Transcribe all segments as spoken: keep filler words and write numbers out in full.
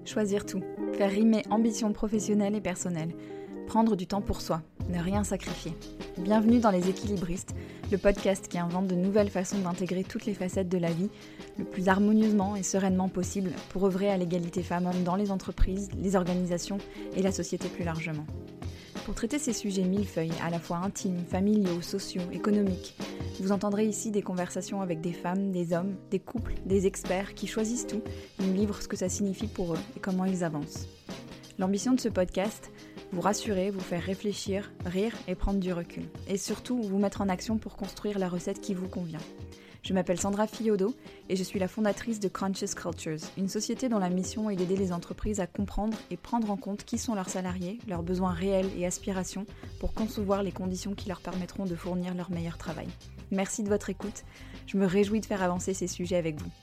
Choisir tout, faire rimer ambition professionnelle et personnelle, prendre du temps pour soi, ne rien sacrifier. Bienvenue dans Les Équilibristes, le podcast qui invente de nouvelles façons d'intégrer toutes les facettes de la vie le plus harmonieusement et sereinement possible pour œuvrer à l'égalité femmes-hommes dans les entreprises, les organisations et la société plus largement. Pour traiter ces sujets millefeuilles, à la fois intimes, familiaux, sociaux, économiques, vous entendrez ici des conversations avec des femmes, des hommes, des couples, des experts qui choisissent tout et nous livrent ce que ça signifie pour eux et comment ils avancent. L'ambition de ce podcast, vous rassurer, vous faire réfléchir, rire et prendre du recul. Et surtout, vous mettre en action pour construire la recette qui vous convient. Je m'appelle Sandra Fiodo et je suis la fondatrice de Conscious Cultures, une société dont la mission est d'aider les entreprises à comprendre et prendre en compte qui sont leurs salariés, leurs besoins réels et aspirations pour concevoir les conditions qui leur permettront de fournir leur meilleur travail. Merci de votre écoute, je me réjouis de faire avancer ces sujets avec vous.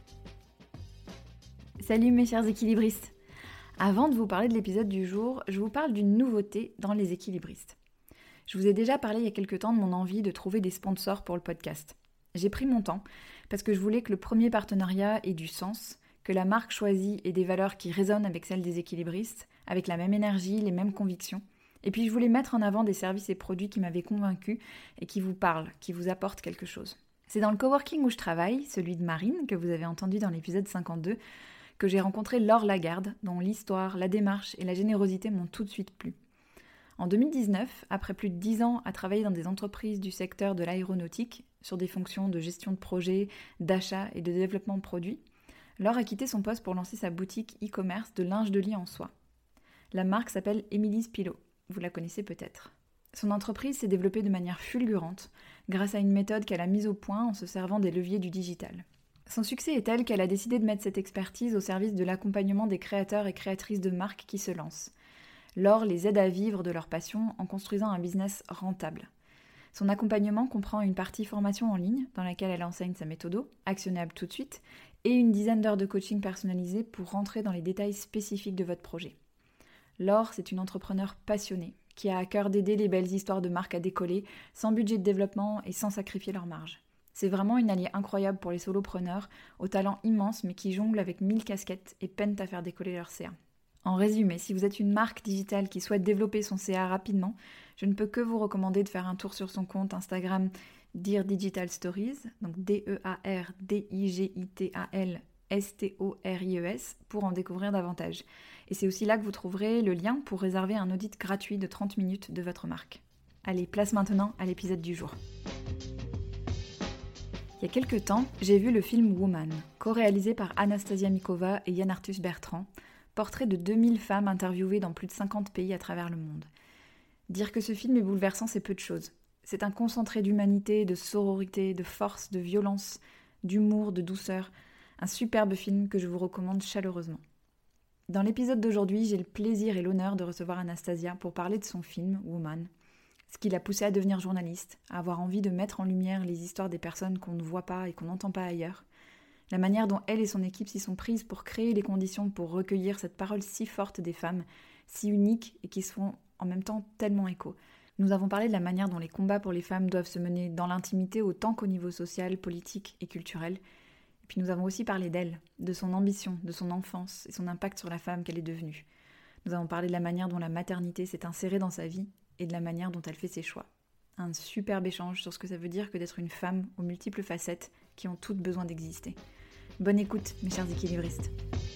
Salut mes chers équilibristes! Avant de vous parler de l'épisode du jour, je vous parle d'une nouveauté dans les équilibristes. Je vous ai déjà parlé il y a quelques temps de mon envie de trouver des sponsors pour le podcast. J'ai pris mon temps parce que je voulais que le premier partenariat ait du sens, que la marque choisie ait des valeurs qui résonnent avec celles des équilibristes, avec la même énergie, les mêmes convictions. Et puis je voulais mettre en avant des services et produits qui m'avaient convaincue et qui vous parlent, qui vous apportent quelque chose. C'est dans le coworking où je travaille, celui de Marine, que vous avez entendu dans l'épisode cinquante-deux, que j'ai rencontré Laure Lagarde, dont l'histoire, la démarche et la générosité m'ont tout de suite plu. En deux mille dix-neuf, après plus de dix ans à travailler dans des entreprises du secteur de l'aéronautique, sur des fonctions de gestion de projet, d'achat et de développement de produits, Laure a quitté son poste pour lancer sa boutique e-commerce de linge de lit en soie. La marque s'appelle Emily's Pillow, vous la connaissez peut-être. Son entreprise s'est développée de manière fulgurante, grâce à une méthode qu'elle a mise au point en se servant des leviers du digital. Son succès est tel qu'elle a décidé de mettre cette expertise au service de l'accompagnement des créateurs et créatrices de marques qui se lancent. Laure les aide à vivre de leur passion en construisant un business rentable. Son accompagnement comprend une partie formation en ligne dans laquelle elle enseigne sa méthode, actionnable tout de suite, et une dizaine d'heures de coaching personnalisé pour rentrer dans les détails spécifiques de votre projet. Laure, c'est une entrepreneure passionnée qui a à cœur d'aider les belles histoires de marques à décoller sans budget de développement et sans sacrifier leur marge. C'est vraiment une alliée incroyable pour les solopreneurs, au talent immense mais qui jonglent avec mille casquettes et peinent à faire décoller leur C A. En résumé, si vous êtes une marque digitale qui souhaite développer son C A rapidement, je ne peux que vous recommander de faire un tour sur son compte Instagram Dear Digital Stories, donc D E A R D I G I T A L S T O R I E S, pour en découvrir davantage. Et c'est aussi là que vous trouverez le lien pour réserver un audit gratuit de trente minutes de votre marque. Allez, place maintenant à l'épisode du jour. Il y a quelques temps, j'ai vu le film Woman, co-réalisé par Anastasia Mikova et Yann Arthus Bertrand, portrait de deux mille femmes interviewées dans plus de cinquante pays à travers le monde. Dire que ce film est bouleversant, c'est peu de choses. C'est un concentré d'humanité, de sororité, de force, de violence, d'humour, de douceur. Un superbe film que je vous recommande chaleureusement. Dans l'épisode d'aujourd'hui, j'ai le plaisir et l'honneur de recevoir Anastasia pour parler de son film, Woman, ce qui l'a poussée à devenir journaliste, à avoir envie de mettre en lumière les histoires des personnes qu'on ne voit pas et qu'on n'entend pas ailleurs, la manière dont elle et son équipe s'y sont prises pour créer les conditions pour recueillir cette parole si forte des femmes, si unique et qui se font en même temps tellement écho. Nous avons parlé de la manière dont les combats pour les femmes doivent se mener dans l'intimité autant qu'au niveau social, politique et culturel. Et puis nous avons aussi parlé d'elle, de son ambition, de son enfance et son impact sur la femme qu'elle est devenue. Nous avons parlé de la manière dont la maternité s'est insérée dans sa vie et de la manière dont elle fait ses choix. Un superbe échange sur ce que ça veut dire que d'être une femme aux multiples facettes qui ont toutes besoin d'exister. Bonne écoute, mes chers équilibristes.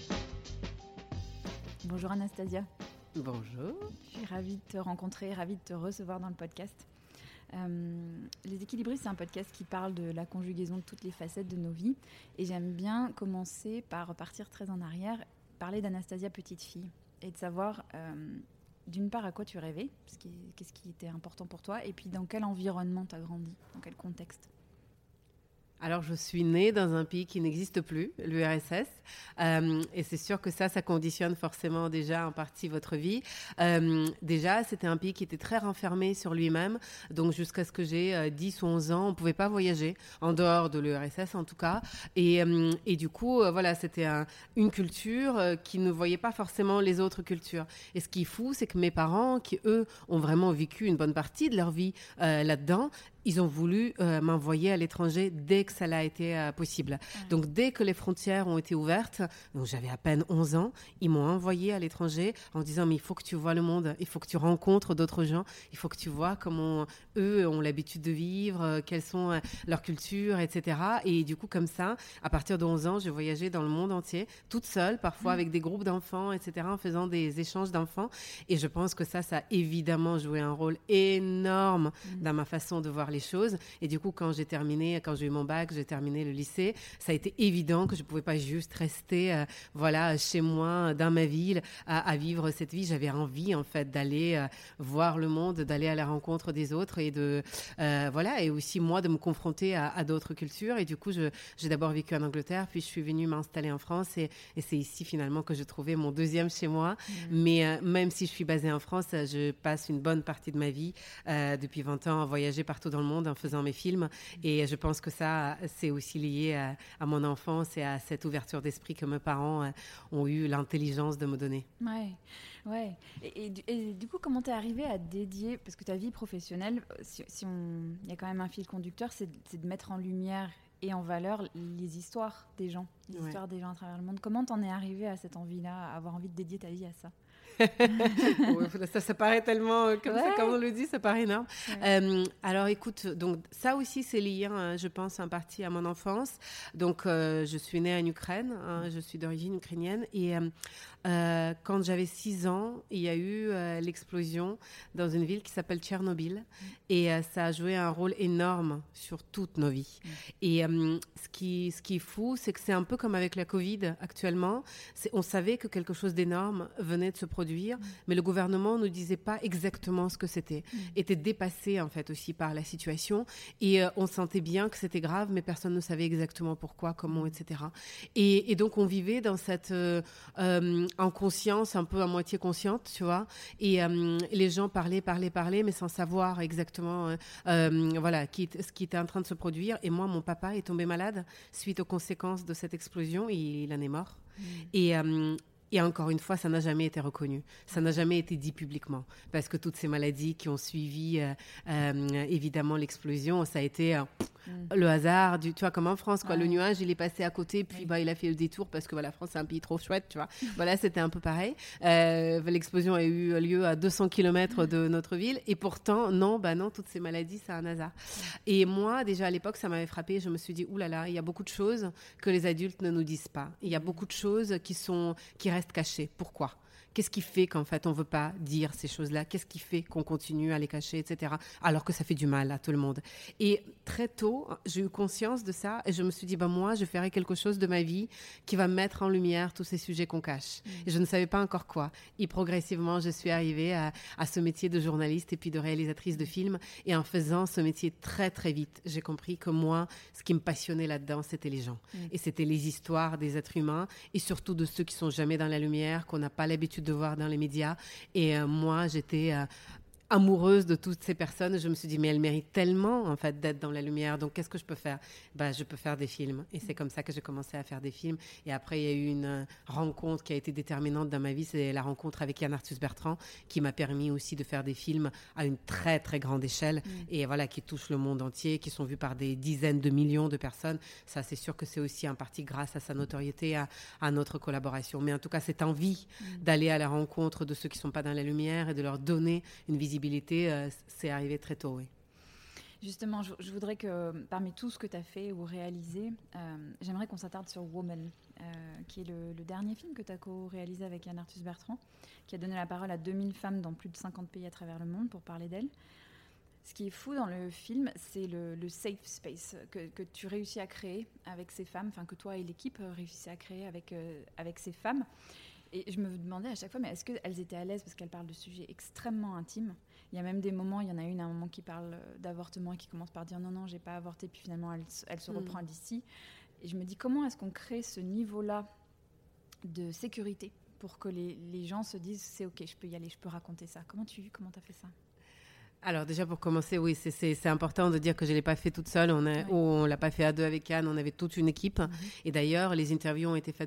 Bonjour Anastasia. Bonjour. Je suis ravie de te rencontrer, ravie de te recevoir dans le podcast. Euh, les équilibristes, c'est un podcast qui parle de la conjugaison de toutes les facettes de nos vies. Et j'aime bien commencer par partir très en arrière, parler d'Anastasia petite fille et de savoir... Euh, d'une part, à quoi tu rêvais, qu'est-ce qui était important pour toi, et puis dans quel environnement tu as grandi, dans quel contexte? Alors, je suis née dans un pays qui n'existe plus, l'U R S S, euh, et c'est sûr que ça, ça conditionne forcément déjà en partie votre vie. Euh, déjà, c'était un pays qui était très renfermé sur lui-même, donc jusqu'à ce que j'ai euh, dix ou onze ans, on ne pouvait pas voyager, en dehors de l'U R S S en tout cas, et, euh, et du coup, euh, voilà, c'était un, une culture euh, qui ne voyait pas forcément les autres cultures. Et ce qui est fou, c'est que mes parents, qui eux, ont vraiment vécu une bonne partie de leur vie euh, là-dedans, ils ont voulu euh, m'envoyer à l'étranger dès que ça a été euh, possible. Ouais. Donc, dès que les frontières ont été ouvertes, donc j'avais à peine onze ans, ils m'ont envoyé à l'étranger en disant, mais il faut que tu vois le monde, il faut que tu rencontres d'autres gens, il faut que tu vois comment eux ont l'habitude de vivre, euh, quelles sont euh, leurs cultures, et cetera. Et du coup, comme ça, à partir de onze ans, j'ai voyagé dans le monde entier, toute seule, parfois mmh. avec des groupes d'enfants, et cetera, en faisant des échanges d'enfants. Et je pense que ça, ça a évidemment joué un rôle énorme mmh. dans ma façon de voir les choses. Et du coup, quand j'ai terminé, quand j'ai eu mon bac, j'ai terminé le lycée, ça a été évident que je ne pouvais pas juste rester euh, voilà, chez moi, dans ma ville, à, à vivre cette vie. J'avais envie, en fait, d'aller euh, voir le monde, d'aller à la rencontre des autres et de, euh, voilà, et aussi, moi, de me confronter à, à d'autres cultures. Et du coup, je, j'ai d'abord vécu en Angleterre, puis je suis venue m'installer en France. Et, et c'est ici, finalement, que je trouvais mon deuxième chez moi. Mmh. Mais euh, même si je suis basée en France, je passe une bonne partie de ma vie, euh, depuis vingt ans, à voyager partout dans le monde en faisant mes films. Et je pense que ça, c'est aussi lié à, à mon enfance et à cette ouverture d'esprit que mes parents euh, ont eu l'intelligence de me donner. Ouais, ouais. Et, et, et du coup, comment t'es arrivée à dédier, parce que ta vie professionnelle, si, si on, il y a quand même un fil conducteur, c'est, c'est de mettre en lumière et en valeur les histoires des gens, les ouais. histoires des gens à travers le monde. Comment t'en es arrivée à cette envie-là, à avoir envie de dédier ta vie à ça? ça, ça paraît tellement, comme ouais. ça, comme on le dit, ça paraît énorme. Ouais. Euh, alors, écoute, donc, ça aussi, c'est lié, hein, je pense, en partie à mon enfance. Donc, euh, je suis née en Ukraine, hein, je suis d'origine ukrainienne. Et euh, euh, quand j'avais six ans, il y a eu euh, l'explosion dans une ville qui s'appelle Tchernobyl. Mm. Et euh, ça a joué un rôle énorme sur toutes nos vies. Mm. Et euh, ce, qui, ce qui est fou, c'est que c'est un peu comme avec la Covid actuellement. C'est, on savait que quelque chose d'énorme venait de se produire. Mmh. Mais le gouvernement ne disait pas exactement ce que c'était, mmh. était dépassé en fait aussi par la situation et euh, on sentait bien que c'était grave, mais personne ne savait exactement pourquoi, comment, et cetera. Et, et donc on vivait dans cette euh, euh, inconscience un peu à moitié consciente, tu vois, et euh, les gens parlaient, parlaient, parlaient, mais sans savoir exactement euh, euh, voilà, qui, ce qui était en train de se produire. Et moi, mon papa est tombé malade suite aux conséquences de cette explosion et il en est mort. Mmh. Et euh, Et encore une fois, ça n'a jamais été reconnu. Ça n'a jamais été dit publiquement. Parce que toutes ces maladies qui ont suivi, euh, euh, évidemment, l'explosion, ça a été euh, mm. le hasard, du, tu vois, comme en France, quoi. Ah, le oui. nuage, il est passé à côté, puis oui. bah, il a fait le détour parce que bah, la France, c'est un pays trop chouette, tu vois. Voilà, c'était un peu pareil. Euh, l'explosion a eu lieu à deux cents kilomètres mm. de notre ville. Et pourtant, non, bah non, toutes ces maladies, c'est un hasard. Mm. Et moi, déjà, à l'époque, ça m'avait frappée. Je me suis dit, oulala, il y a beaucoup de choses que les adultes ne nous disent pas. Il y a beaucoup de choses qui sont... qui restent cachées. Pourquoi ? Qu'est-ce qui fait qu'en fait, on ne veut pas dire ces choses-là ? Qu'est-ce qui fait qu'on continue à les cacher, et cetera, alors que ça fait du mal à tout le monde ? Et très tôt, j'ai eu conscience de ça et je me suis dit, bah, moi, je ferai quelque chose de ma vie qui va mettre en lumière tous ces sujets qu'on cache. Mmh. Et je ne savais pas encore quoi. Et progressivement, je suis arrivée à, à ce métier de journaliste et puis de réalisatrice de films. Et en faisant ce métier très, très vite, j'ai compris que moi, ce qui me passionnait là-dedans, c'était les gens. Mmh. Et c'était les histoires des êtres humains et surtout de ceux qui ne sont jamais dans la lumière, qu'on n'a pas l'habitude de voir dans les médias. Et euh, moi, j'étais euh, amoureuse de toutes ces personnes. Je me suis dit, mais elles méritent tellement, en fait, d'être dans la lumière. Donc, qu'est-ce que je peux faire ? Bah, je peux faire des films. Et c'est comme ça que j'ai commencé à faire des films. Et après, il y a eu une euh, rencontre qui a été déterminante dans ma vie. C'est la rencontre avec Yann Arthus Bertrand, qui m'a permis aussi de faire des films à une très, très grande échelle. Mmh. Et voilà, qui touchent le monde entier, qui sont vus par des dizaines de millions de personnes. Ça, c'est sûr que c'est aussi en partie grâce à sa notoriété, à, à notre collaboration. Mais en tout cas, cette envie mmh. d'aller à la rencontre de ceux qui ne sont pas dans la lumière et de leur donner une visibilité, Euh, c'est arrivé très tôt, oui. Justement, je, je voudrais que parmi tout ce que tu as fait ou réalisé, euh, j'aimerais qu'on s'attarde sur Woman, euh, qui est le, le dernier film que tu as co-réalisé avec Yann Arthus Bertrand, qui a donné la parole à deux mille femmes dans plus de cinquante pays à travers le monde pour parler d'elles. Ce qui est fou dans le film, c'est le, le safe space que, que tu réussis à créer avec ces femmes, enfin que toi et l'équipe réussissez à créer avec, euh, avec ces femmes. Et je me demandais à chaque fois, mais est-ce qu'elles étaient à l'aise parce qu'elles parlent de sujets extrêmement intimes ? Il y a même des moments, il y en a une à un moment qui parle d'avortement et qui commence par dire non, non, j'ai pas avorté, puis finalement elle, elle se reprend d'ici. Et je me dis, comment est-ce qu'on crée ce niveau-là de sécurité pour que les, les gens se disent c'est ok, je peux y aller, je peux raconter ça. Comment tu comment t'as fait ça ? Alors déjà pour commencer, oui, c'est, c'est, c'est important de dire que je ne l'ai pas fait toute seule, on ne ouais. l'a pas fait à deux avec Anne, on avait toute une équipe. Mm-hmm. Et d'ailleurs, les interviews ont été faites par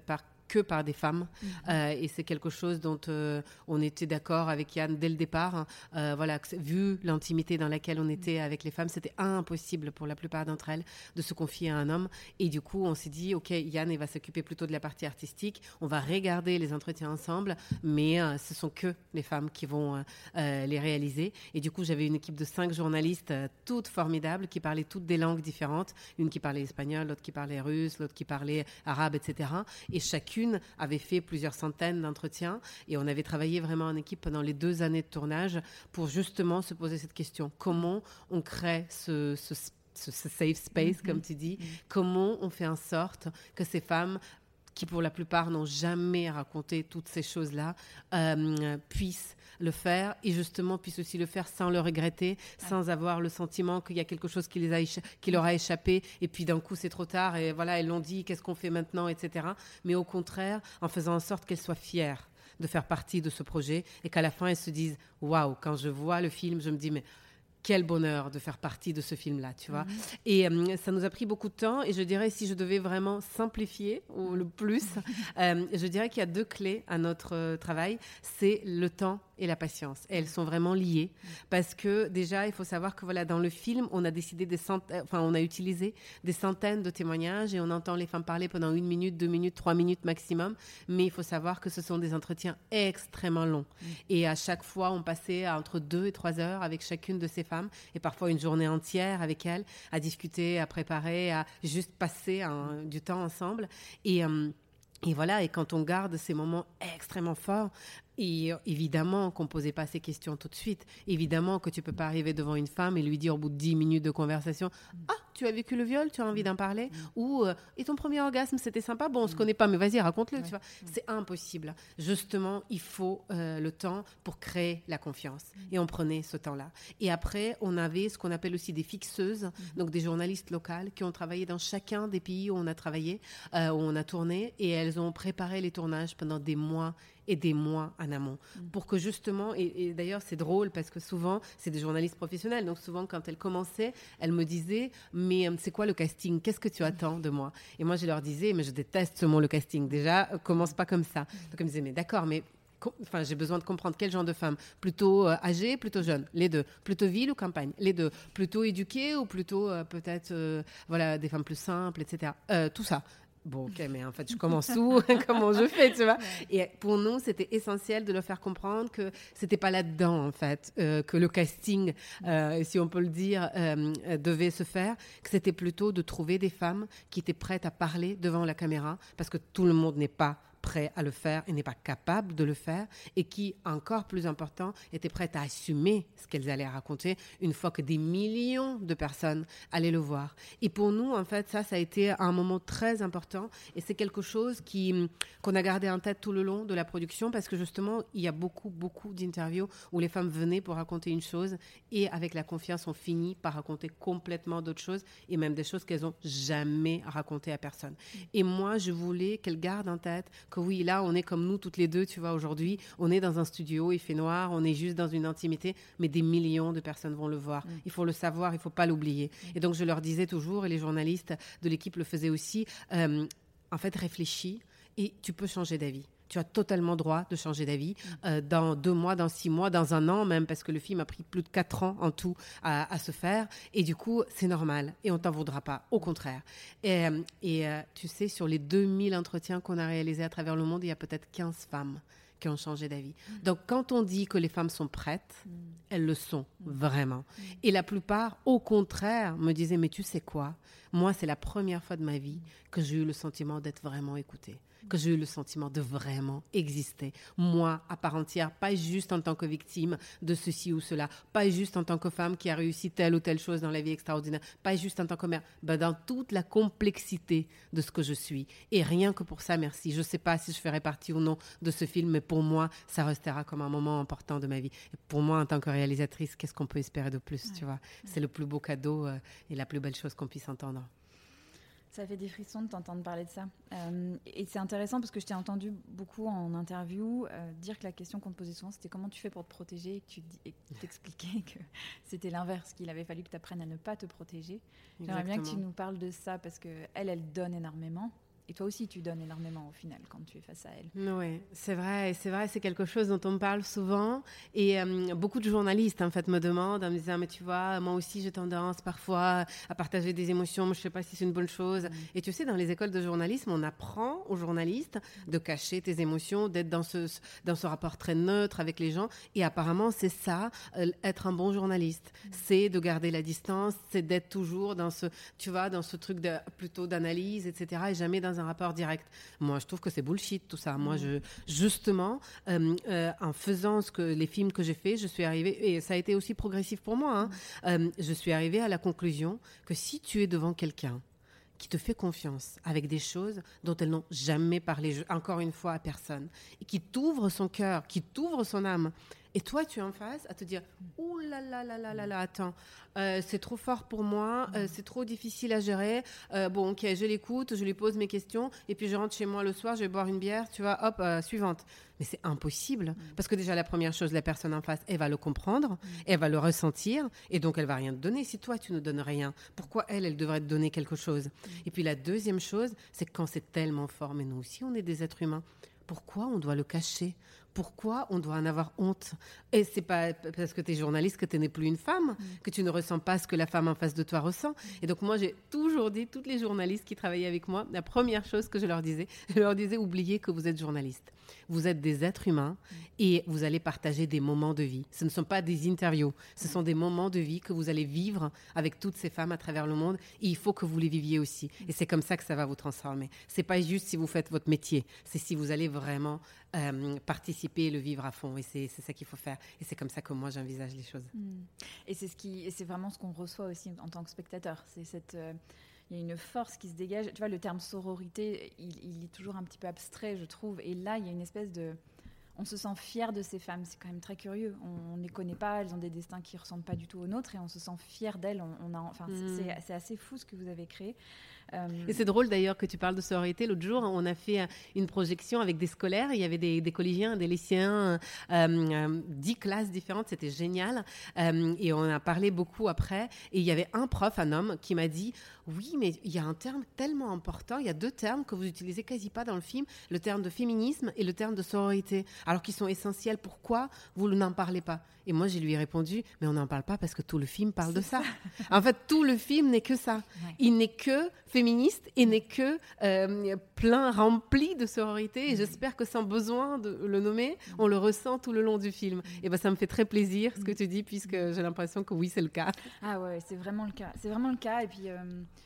que par des femmes. Mmh. Euh, et c'est quelque chose dont euh, on était d'accord avec Yann dès le départ. Hein. Euh, voilà, vu l'intimité dans laquelle on était avec les femmes, c'était impossible pour la plupart d'entre elles de se confier à un homme. Et du coup, on s'est dit, OK, Yann, il va s'occuper plutôt de la partie artistique. On va regarder les entretiens ensemble, mais euh, ce sont que les femmes qui vont euh, euh, les réaliser. Et du coup, j'avais une équipe de cinq journalistes, euh, toutes formidables, qui parlaient toutes des langues différentes. Une qui parlait espagnol, l'autre qui parlait russe, l'autre qui parlait arabe, et cetera. Et chacune avait fait plusieurs centaines d'entretiens. Et on avait travaillé vraiment en équipe pendant les deux années de tournage pour justement se poser cette question. Comment on crée ce, ce, ce, ce safe space, mm-hmm. comme tu dis? Mm-hmm. Comment on fait en sorte que ces femmes qui pour la plupart n'ont jamais raconté toutes ces choses-là, euh, puissent le faire et justement puissent aussi le faire sans le regretter, ouais. sans avoir le sentiment qu'il y a quelque chose qui, les a écha- qui leur a échappé et puis d'un coup c'est trop tard et voilà, elles l'ont dit, qu'est-ce qu'on fait maintenant, et cetera. Mais au contraire, en faisant en sorte qu'elles soient fières de faire partie de ce projet et qu'à la fin elles se disent « Waouh, quand je vois le film, je me dis « mais quel bonheur de faire partie de ce film-là, tu vois. Mm-hmm. » Et euh, ça nous a pris beaucoup de temps. Et je dirais, si je devais vraiment simplifier ou le plus, euh, je dirais qu'il y a deux clés à notre euh, travail. C'est le temps et la patience. Et elles sont vraiment liées. Parce que déjà, il faut savoir que voilà, dans le film, on a décidé des centaines, enfin, on a utilisé des centaines de témoignages et on entend les femmes parler pendant une minute, deux minutes, trois minutes maximum. Mais il faut savoir que ce sont des entretiens extrêmement longs. Mm. Et à chaque fois, on passait entre deux et trois heures avec chacune de ces femmes et parfois une journée entière avec elles à discuter, à préparer, à juste passer un, du temps ensemble. Et, euh, et voilà, et quand on garde ces moments extrêmement forts, et évidemment qu'on ne posait pas ces questions tout de suite. Évidemment que tu ne peux pas arriver devant une femme et lui dire au bout de dix minutes de conversation « Ah, tu as vécu le viol, tu as envie d'en parler ?» mm. Ou euh, « Et ton premier orgasme, c'était sympa, bon, on ne se connaît pas, mais vas-y, raconte-le. Ouais. » tu vois. Mm. C'est impossible. Justement, il faut euh, le temps pour créer la confiance. Mm. Et on prenait ce temps-là. Et après, on avait ce qu'on appelle aussi des fixeuses, mm. donc des journalistes locales qui ont travaillé dans chacun des pays où on a travaillé, euh, où on a tourné, et elles ont préparé les tournages pendant des mois et des mois en amont. Mmh. Pour que justement, et, et d'ailleurs c'est drôle parce que souvent, c'est des journalistes professionnels, donc souvent quand elles commençaient, elles me disaient « mais euh, c'est quoi le casting? Qu'est-ce que tu attends de moi ?» Et moi je leur disais « mais je déteste ce mot le casting, déjà, euh, commence pas comme ça. » Donc elles me disaient « mais d'accord, mais enfin, j'ai besoin de comprendre quel genre de femme. Plutôt euh, âgée, plutôt jeune, les deux. Plutôt ville ou campagne, les deux. Plutôt éduquée ou plutôt euh, peut-être euh, voilà, des femmes plus simples, et cetera. Euh, tout ça. » Bon, ok, mais en fait, je commence où? Comment je fais, tu vois? Et pour nous, c'était essentiel de leur faire comprendre que c'était pas là-dedans, en fait, euh, que le casting, euh, si on peut le dire, euh, devait se faire, que c'était plutôt de trouver des femmes qui étaient prêtes à parler devant la caméra, parce que tout le monde n'est pas prêt à le faire et n'est pas capable de le faire, et qui, encore plus important, étaient prêtes à assumer ce qu'elles allaient raconter une fois que des millions de personnes allaient le voir. Et pour nous, en fait, ça, ça a été un moment très important, et c'est quelque chose qui, qu'on a gardé en tête tout le long de la production, parce que justement, il y a beaucoup, beaucoup d'interviews où les femmes venaient pour raconter une chose, et avec la confiance, on finit par raconter complètement d'autres choses, et même des choses qu'elles n'ont jamais racontées à personne. Et moi, je voulais qu'elles gardent en tête que oui, là, on est comme nous toutes les deux, tu vois, aujourd'hui, on est dans un studio, il fait noir, on est juste dans une intimité, mais des millions de personnes vont le voir. Mm. Il faut le savoir, il ne faut pas l'oublier. Mm. Et donc, je leur disais toujours, et les journalistes de l'équipe le faisaient aussi, euh, en fait, réfléchis et tu peux changer d'avis. Tu as totalement droit de changer d'avis euh, dans deux mois, dans six mois, dans un an même, parce que le film a pris plus de quatre ans en tout à, à se faire. Et du coup, c'est normal et on ne t'en voudra pas, au contraire. Et, et euh, tu sais, sur les deux mille entretiens qu'on a réalisés à travers le monde, il y a peut-être quinze femmes qui ont changé d'avis. Donc, quand on dit que les femmes sont prêtes, mm. elles le sont, mm. vraiment. Mm. Et la plupart, au contraire, me disaient, mais tu sais quoi? Moi, c'est la première fois de ma vie que j'ai eu le sentiment d'être vraiment écoutée, que j'ai eu le sentiment de vraiment exister. Moi, à part entière, pas juste en tant que victime de ceci ou cela, pas juste en tant que femme qui a réussi telle ou telle chose dans la vie extraordinaire, pas juste en tant que mère, ben dans toute la complexité de ce que je suis. Et rien que pour ça, merci. Je ne sais pas si je ferai partie ou non de ce film, mais pour moi, ça restera comme un moment important de ma vie. Et pour moi, en tant que réalisatrice, qu'est-ce qu'on peut espérer de plus, ouais. tu vois? C'est le plus beau cadeau euh, et la plus belle chose qu'on puisse entendre. Ça fait des frissons de t'entendre parler de ça. Euh, et c'est intéressant parce que je t'ai entendu beaucoup en interview euh, dire que la question qu'on te posait souvent, c'était comment tu fais pour te protéger, et que tu, et que tu t'expliquais que c'était l'inverse, qu'il avait fallu que tu apprennes à ne pas te protéger. Exactement. J'aimerais bien que tu nous parles de ça parce qu'elle, elle donne énormément. Et toi aussi, tu donnes énormément au final quand tu es face à elle. Oui, c'est vrai, c'est vrai, c'est quelque chose dont on me parle souvent. Et euh, beaucoup de journalistes, en fait, me demandent, en me disant, mais tu vois, moi aussi, j'ai tendance parfois à partager des émotions, mais je ne sais pas si c'est une bonne chose. Mmh. Et tu sais, dans les écoles de journalisme, on apprend aux journalistes de cacher tes émotions, d'être dans ce, dans ce rapport très neutre avec les gens. Et apparemment, c'est ça, euh, être un bon journaliste. Mmh. C'est de garder la distance, c'est d'être toujours dans ce, tu vois, dans ce truc de, plutôt d'analyse, et cetera, et jamais dans un rapport direct. Moi, je trouve que c'est bullshit, tout ça. Mmh. Moi, je, justement, euh, euh, en faisant ce que, les films que j'ai faits, je suis arrivée, et ça a été aussi progressif pour moi, hein, mmh. euh, je suis arrivée à la conclusion que si tu es devant quelqu'un qui te fait confiance avec des choses dont elles n'ont jamais parlé, encore une fois, à personne, et qui t'ouvre son cœur, qui t'ouvre son âme, et toi, tu es en face à te dire « Ouh là là là là là là, attends, euh, c'est trop fort pour moi, euh, c'est trop difficile à gérer. Euh, bon, ok, je l'écoute, je lui pose mes questions, et puis je rentre chez moi le soir, je vais boire une bière, tu vois, hop, euh, suivante. » Mais c'est impossible, mmh. parce que déjà, la première chose, la personne en face, elle va le comprendre, mmh. elle va le ressentir, et donc elle va rien te donner. Si toi, tu ne donnes rien, pourquoi elle, elle devrait te donner quelque chose ? mmh. Et puis la deuxième chose, c'est que quand c'est tellement fort, mais nous aussi, on est des êtres humains, pourquoi on doit le cacher ? Pourquoi on doit en avoir honte ? Et c'est pas parce que tu es journaliste que tu n'es plus une femme, mmh. que tu ne ressens pas ce que la femme en face de toi ressent. Et donc moi, j'ai toujours dit, toutes les journalistes qui travaillaient avec moi, la première chose que je leur disais, je leur disais, oubliez que vous êtes journaliste. Vous êtes des êtres humains et vous allez partager des moments de vie. Ce ne sont pas des interviews, ce sont des moments de vie que vous allez vivre avec toutes ces femmes à travers le monde. Et il faut que vous les viviez aussi. Et c'est comme ça que ça va vous transformer. C'est pas juste si vous faites votre métier, c'est si vous allez vraiment euh, participer et le vivre à fond. Et c'est, c'est ça qu'il faut faire. Et c'est comme ça que moi, j'envisage les choses. Mmh. Et c'est, ce qui, et c'est vraiment ce qu'on reçoit aussi en tant que spectateur. C'est cette... Euh... Il y a une force qui se dégage. Tu vois, le terme sororité, il, il est toujours un petit peu abstrait, je trouve. Et là, il y a une espèce de... On se sent fier de ces femmes. C'est quand même très curieux. On ne les connaît pas. Elles ont des destins qui ne ressemblent pas du tout aux nôtres. Et on se sent fier d'elles. On, on a, enfin, mmh. c'est, c'est assez fou ce que vous avez créé. Euh... Et c'est drôle d'ailleurs que tu parles de sororité. L'autre jour, on a fait une projection avec des scolaires. Il y avait des, des collégiens, des lycéens, euh, dix classes différentes. C'était génial. Euh, et on a parlé beaucoup après. Et il y avait un prof, un homme, qui m'a dit « Oui, mais il y a un terme tellement important. Il y a deux termes que vous utilisez quasi pas dans le film. Le terme de féminisme et le terme de sororité. Alors qu'ils sont essentiels. Pourquoi vous n'en parlez pas ?» Et moi, je lui ai répondu « Mais on n'en parle pas parce que tout le film parle c'est de ça. ça. » En fait, tout le film n'est que ça. Ouais. Il n'est que féministe et n'est que euh, plein, rempli de sororité. Et mmh. j'espère que sans besoin de le nommer, mmh. on le ressent tout le long du film. Mmh. Et ben, ça me fait très plaisir ce que tu dis, puisque j'ai l'impression que oui, c'est le cas. Ah ouais, c'est vraiment le cas. C'est vraiment le cas. Et puis... Euh...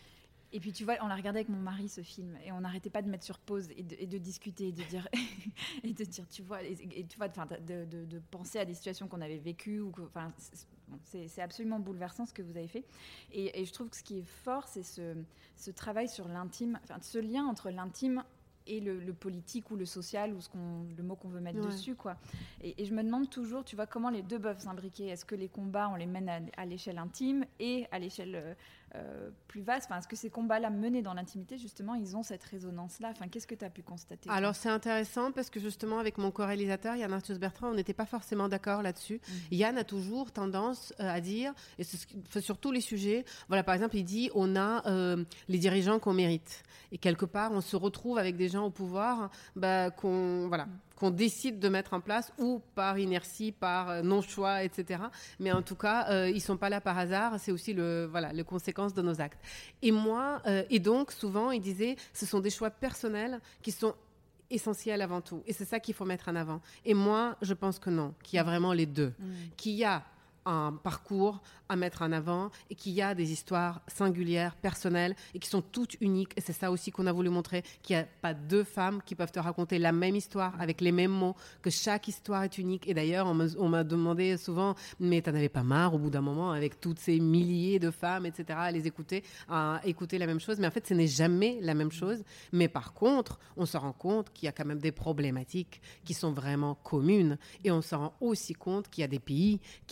Et puis, tu vois, on l'a regardé avec mon mari, ce film, et on n'arrêtait pas de mettre sur pause et de, et de discuter, et de dire, et de dire, tu vois, et, et tu vois, de, de, de penser à des situations qu'on avait vécues. Ou que, enfin, c'est, bon, c'est, c'est absolument bouleversant ce que vous avez fait. Et, et je trouve que ce qui est fort, c'est ce, ce travail sur l'intime, enfin, ce lien entre l'intime et le, le politique ou le social, ou ce qu'on, le mot qu'on veut mettre ouais. dessus, quoi. Et, et je me demande toujours, tu vois, comment les deux peuvent s'imbriquer. Est-ce que les combats, on les mène à, à l'échelle intime et à l'échelle... Euh, Euh, plus vaste, enfin, est-ce que ces combats-là menés dans l'intimité, justement, ils ont cette résonance-là, enfin, qu'est-ce que tu as pu constater? Alors, toi? C'est intéressant parce que justement, avec mon co-réalisateur, Yann Arthus Bertrand, on n'était pas forcément d'accord là-dessus. Mmh. Yann a toujours tendance euh, à dire, et c'est ce qui, sur tous les sujets, voilà, par exemple, il dit, on a euh, les dirigeants qu'on mérite. Et quelque part, on se retrouve avec des gens au pouvoir bah, qu'on, voilà, mmh. qu'on décide de mettre en place, ou par inertie, par euh, non-choix, et cetera. Mais en tout cas, euh, ils ne sont pas là par hasard, c'est aussi le, voilà, les conséquences de nos actes. Et moi, euh, et donc, souvent, il disait, ce sont des choix personnels qui sont essentiels avant tout. Et c'est ça qu'il faut mettre en avant. Et moi, je pense que non, qu'il y a vraiment les deux. Mmh. Qu'il y a un parcours à mettre en avant et qu'il y a des histoires singulières, personnelles et qui sont toutes uniques. Et c'est ça aussi qu'on a voulu montrer, qu'il n'y a pas deux femmes qui peuvent te raconter la même histoire avec les mêmes mots, que chaque histoire est unique. Et d'ailleurs, on m'a, on m'a demandé souvent, mais t'en avais pas marre au bout d'un moment avec toutes ces milliers de femmes, et cetera, à les écouter, à écouter la même chose. Mais en fait, ce n'est jamais la même chose. Mais par contre, on se rend compte qu'il y a quand même des problématiques qui sont vraiment communes. Et on se rend aussi compte qu'il y a des pays qui arrivent à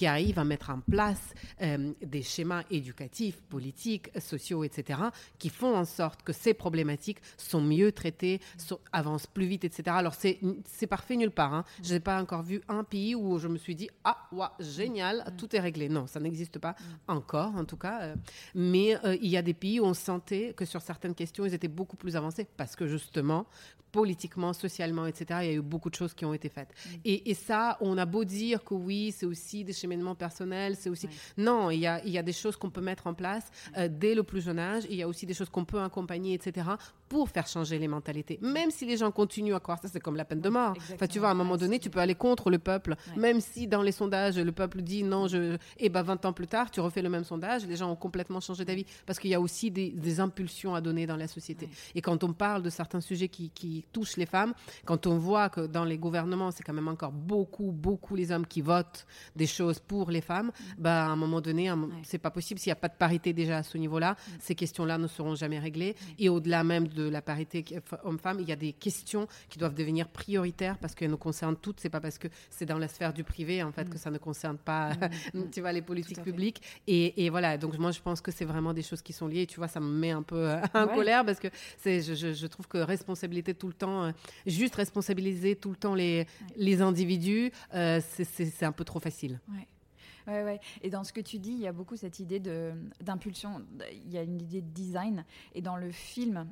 à mettre en place euh, des schémas éducatifs, politiques, sociaux, et cetera, qui font en sorte que ces problématiques sont mieux traitées, sont, avancent plus vite, et cetera. Alors, c'est, c'est parfait nulle part. Hein. Je n'ai pas encore vu un pays où je me suis dit « Ah, ouais, génial, tout est réglé ». Non, ça n'existe pas encore, en tout cas. Euh, mais euh, il y a des pays où on sentait que sur certaines questions, ils étaient beaucoup plus avancés parce que, justement, politiquement, socialement, et cetera, il y a eu beaucoup de choses qui ont été faites. Mmh. Et, et ça, on a beau dire que oui, c'est aussi des cheminements personnels, c'est aussi... Oui. Non, il y, a, il y a des choses qu'on peut mettre en place euh, dès le plus jeune âge. Il y a aussi des choses qu'on peut accompagner, et cetera, pour faire changer les mentalités. Même si les gens continuent à croire ça, c'est comme la peine de mort. Exactement. Enfin, tu vois, à un moment donné, tu peux aller contre le peuple. Ouais. Même si dans les sondages, le peuple dit non, je... Et ben vingt ans plus tard, tu refais le même sondage, les gens ont complètement changé d'avis. Parce qu'il y a aussi des, des impulsions à donner dans la société. Ouais. Et quand on parle de certains sujets qui... qui touche les femmes, quand on voit que dans les gouvernements, c'est quand même encore beaucoup, beaucoup les hommes qui votent des choses pour les femmes, mmh. bah, à un moment donné, un, ouais. c'est pas possible. S'il n'y a pas de parité déjà à ce niveau-là, mmh. ces questions-là ne seront jamais réglées. Mmh. Et au-delà même de la parité homme-femme, il y a des questions qui doivent devenir prioritaires parce qu'elles nous concernent toutes. C'est pas parce que c'est dans la sphère du privé, en fait, mmh. que ça ne concerne pas, mmh. tu vois, les politiques publiques. Et, et voilà. Donc, moi, je pense que c'est vraiment des choses qui sont liées. Et tu vois, ça me met un peu en ouais. colère parce que c'est, je, je, je trouve que responsabilité tout le temps, euh, juste responsabiliser tout le temps les, ouais. les individus, euh, c'est, c'est, c'est un peu trop facile. Ouais. Ouais, ouais. Et dans ce que tu dis, il y a beaucoup cette idée de, d'impulsion, il y a une idée de design. Et dans le film,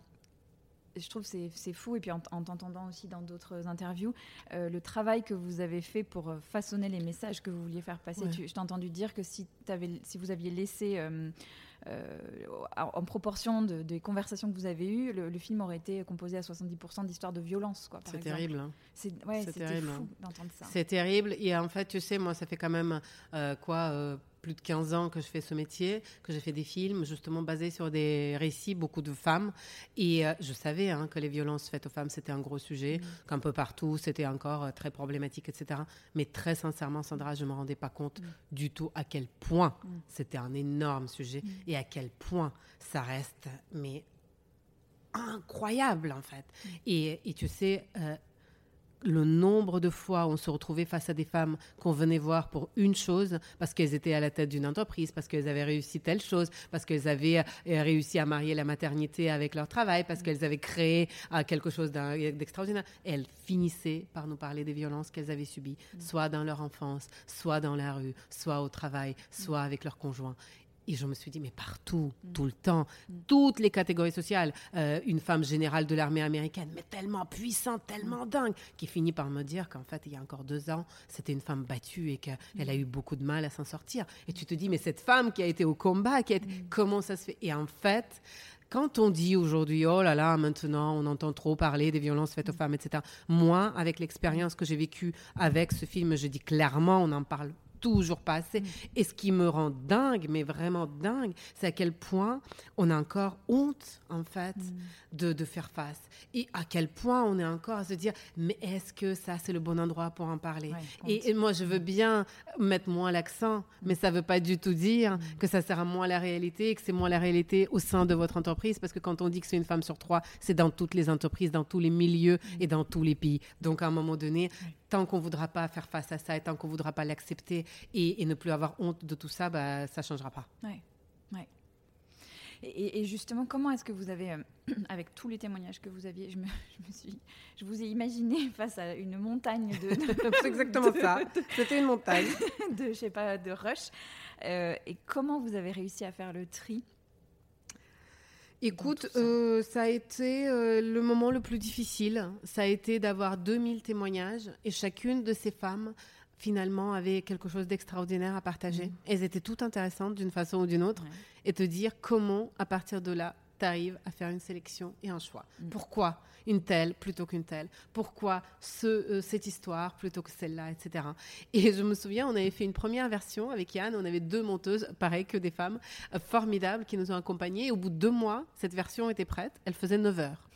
je trouve que c'est, c'est fou, et puis en, en t'entendant aussi dans d'autres interviews, euh, le travail que vous avez fait pour façonner les messages que vous vouliez faire passer. Ouais. Tu, je t'ai entendu dire que si, si vous aviez laissé... Euh, Euh, en proportion de, des conversations que vous avez eues, le, le film aurait été composé à soixante-dix pour cent d'histoires de violence, quoi, par c'est exemple. Terrible. Hein. C'est, ouais, c'est c'était terrible, fou hein. d'entendre ça. C'est terrible. Et en fait, tu sais, moi, ça fait quand même euh, quoi euh, plus de quinze ans que je fais ce métier, que j'ai fait des films justement basés sur des récits, beaucoup de femmes. Et euh, je savais hein, que les violences faites aux femmes, c'était un gros sujet, mmh. qu'un peu partout, c'était encore euh, très problématique, et cetera. Mais très sincèrement, Sandra, je ne me rendais pas compte mmh. du tout à quel point mmh. c'était un énorme sujet mmh. et à quel point ça reste mais incroyable, en fait. Mmh. Et, et tu sais... Euh, le nombre de fois où on se retrouvait face à des femmes qu'on venait voir pour une chose, parce qu'elles étaient à la tête d'une entreprise, parce qu'elles avaient réussi telle chose, parce qu'elles avaient réussi à marier la maternité avec leur travail, parce qu'elles avaient créé quelque chose d'extraordinaire. Et elles finissaient par nous parler des violences qu'elles avaient subies, soit dans leur enfance, soit dans la rue, soit au travail, soit avec leur conjoint. Et je me suis dit, mais partout, mmh. tout le temps, mmh. toutes les catégories sociales, euh, une femme générale de l'armée américaine, mais tellement puissante, tellement mmh. dingue, qui finit par me dire qu'en fait, il y a encore deux ans, c'était une femme battue et qu'elle mmh. a eu beaucoup de mal à s'en sortir. Et tu te dis, mais cette femme qui a été au combat, qui a été... mmh. comment ça se fait ? Et en fait... Quand on dit aujourd'hui, oh là là, maintenant, on entend trop parler des violences faites aux femmes, et cetera. Moi, avec l'expérience que j'ai vécue avec ce film, je dis clairement, on en parle toujours pas assez. Mmh. Et ce qui me rend dingue, mais vraiment dingue, c'est à quel point on a encore honte, en fait, mmh. de, de faire face. Et à quel point on est encore à se dire, mais est-ce que ça, c'est le bon endroit pour en parler ? Ouais, et, et moi, je veux bien mettre moins l'accent, mmh. mais ça veut pas du tout dire mmh. que ça sert à moins la réalité, que c'est moins la réalité au sein de votre entreprise, parce que quand on dit que c'est une femme sur trois, c'est dans toutes les entreprises, dans tous les milieux mmh. et dans tous les pays. Donc, à un moment donné, mmh. tant qu'on ne voudra pas faire face à ça et tant qu'on ne voudra pas l'accepter et, et ne plus avoir honte de tout ça, bah, ça ne changera pas. Oui, oui. Et, et justement, comment est-ce que vous avez, euh, avec tous les témoignages que vous aviez, je me, je me suis, je vous ai imaginé face à une montagne de... de C'est exactement de, ça, c'était une montagne. De, je sais pas, de rush. Euh, et comment vous avez réussi à faire le tri ? Écoute, ça. Euh, ça a été euh, le moment le plus difficile. Ça a été d'avoir deux mille témoignages et chacune de ces femmes, finalement, avait quelque chose d'extraordinaire à partager. Mmh. Elles étaient toutes intéressantes d'une façon ou d'une autre. Ouais. Et te dire comment, à partir de là, tu arrives à faire une sélection et un choix. Mmh. Pourquoi une telle plutôt qu'une telle ? Pourquoi ce, euh, cette histoire plutôt que celle-là, et cetera. Et je me souviens, on avait fait une première version avec Yann, on avait deux monteuses, pareil que des femmes, euh, formidables, qui nous ont accompagnées. Et au bout de deux mois, cette version était prête, elle faisait neuf heures.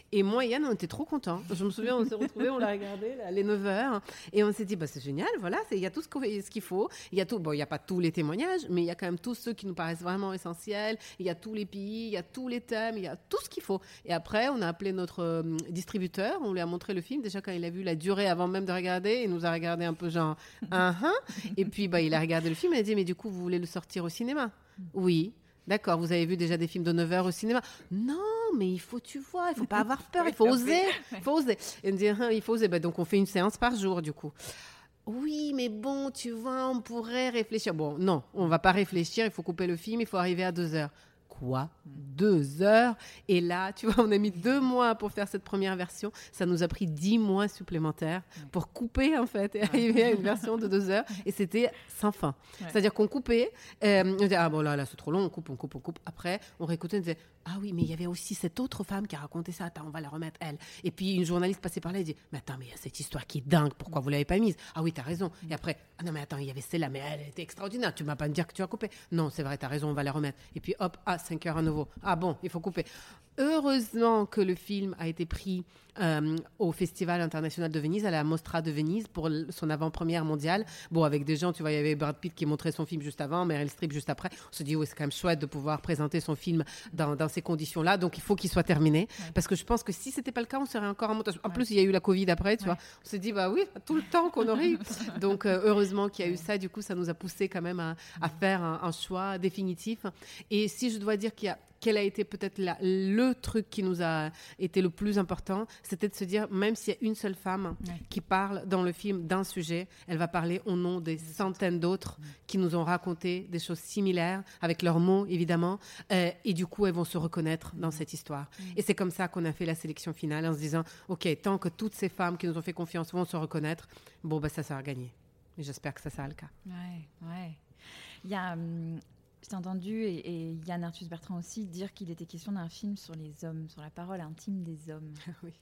Et moi et Yann, on était trop contents. Je me souviens, on s'est retrouvés, on l'a regardé, là, les neuf heures, et on s'est dit, bah, c'est génial, voilà, il y a tout ce, qu'on, ce qu'il faut. Il y a tout, bon, il n'y a pas tous les témoignages, mais il y a quand même tous ceux qui nous paraissent vraiment essentiels. Il y a tous les pays, il y a tous les thèmes, il y a tout ce qu'il faut. Et après, on a appelé notre euh, distributeur, on lui a montré le film. Déjà, quand il a vu la durée avant même de regarder, il nous a regardé un peu genre, un uh-huh. Et puis, bah, il a regardé le film et il a dit, mais du coup, vous voulez le sortir au cinéma? Oui. D'accord, vous avez vu déjà des films de neuf heures au cinéma? Non, mais il faut, tu vois, il faut pas avoir peur, il faut oser, il faut oser. Et on dit, ah, il faut oser. Ben, donc, on fait une séance par jour, du coup. Oui, mais bon, tu vois, on pourrait réfléchir. Bon, non, on va pas réfléchir, il faut couper le film, il faut arriver à deux heures. Quoi? Deux heures? Et là, tu vois, on a mis deux mois pour faire cette première version. Ça nous a pris dix mois supplémentaires pour couper, en fait, et arriver à une version de deux heures. Et c'était sans fin. Ouais. C'est-à-dire qu'on coupait, euh, on disait, ah bon, là, là, c'est trop long, on coupe, on coupe, on coupe. Après, on réécoutait, on disait, ah oui, mais il y avait aussi cette autre femme qui a raconté ça. Attends, on va la remettre, elle. Et puis, une journaliste passait par là et dit, mais attends, mais il y a cette histoire qui est dingue. Pourquoi vous l'avez pas mise? Ah oui, t'as raison. Et après, ah non, mais attends, il y avait celle-là, mais elle était extraordinaire. Tu vas pas me dire que tu as coupé. Non, c'est vrai, t'as raison, on va la remettre. Et puis, hop, ah, cinq heures à nouveau. Ah bon, il faut couper. Heureusement que le film a été pris euh, au Festival international de Venise, à la Mostra de Venise, pour son avant-première mondiale. Bon, avec des gens, tu vois, il y avait Brad Pitt qui montrait son film juste avant, Meryl Streep juste après. On se dit, oui, c'est quand même chouette de pouvoir présenter son film dans, dans ces conditions-là. Donc, il faut qu'il soit terminé. Ouais. Parce que je pense que si c'était pas le cas, on serait encore en montage. En ouais. plus, il y a eu la Covid après, tu ouais. vois. On s'est dit, bah oui, tout le temps qu'on aurait eu. Donc, euh, heureusement qu'il y a eu ça. Du coup, ça nous a poussé quand même à, à faire un, un choix définitif. Et si je dois dire qu'il y a quel a été peut-être la, le truc qui nous a été le plus important, c'était de se dire, même s'il y a une seule femme ouais. qui parle dans le film d'un sujet, elle va parler au nom des centaines d'autres ouais. qui nous ont raconté des choses similaires, avec leurs mots, évidemment, euh, et du coup, elles vont se reconnaître dans cette histoire. Ouais. Et c'est comme ça qu'on a fait la sélection finale, en se disant, OK, tant que toutes ces femmes qui nous ont fait confiance vont se reconnaître, bon, ben, ça sera gagné. Et j'espère que ça sera le cas. Ouais, ouais. Il y a... Hum... Je t'ai entendu, et, et Yann Arthus Bertrand aussi, dire qu'il était question d'un film sur les hommes, sur la parole intime des hommes. Oui.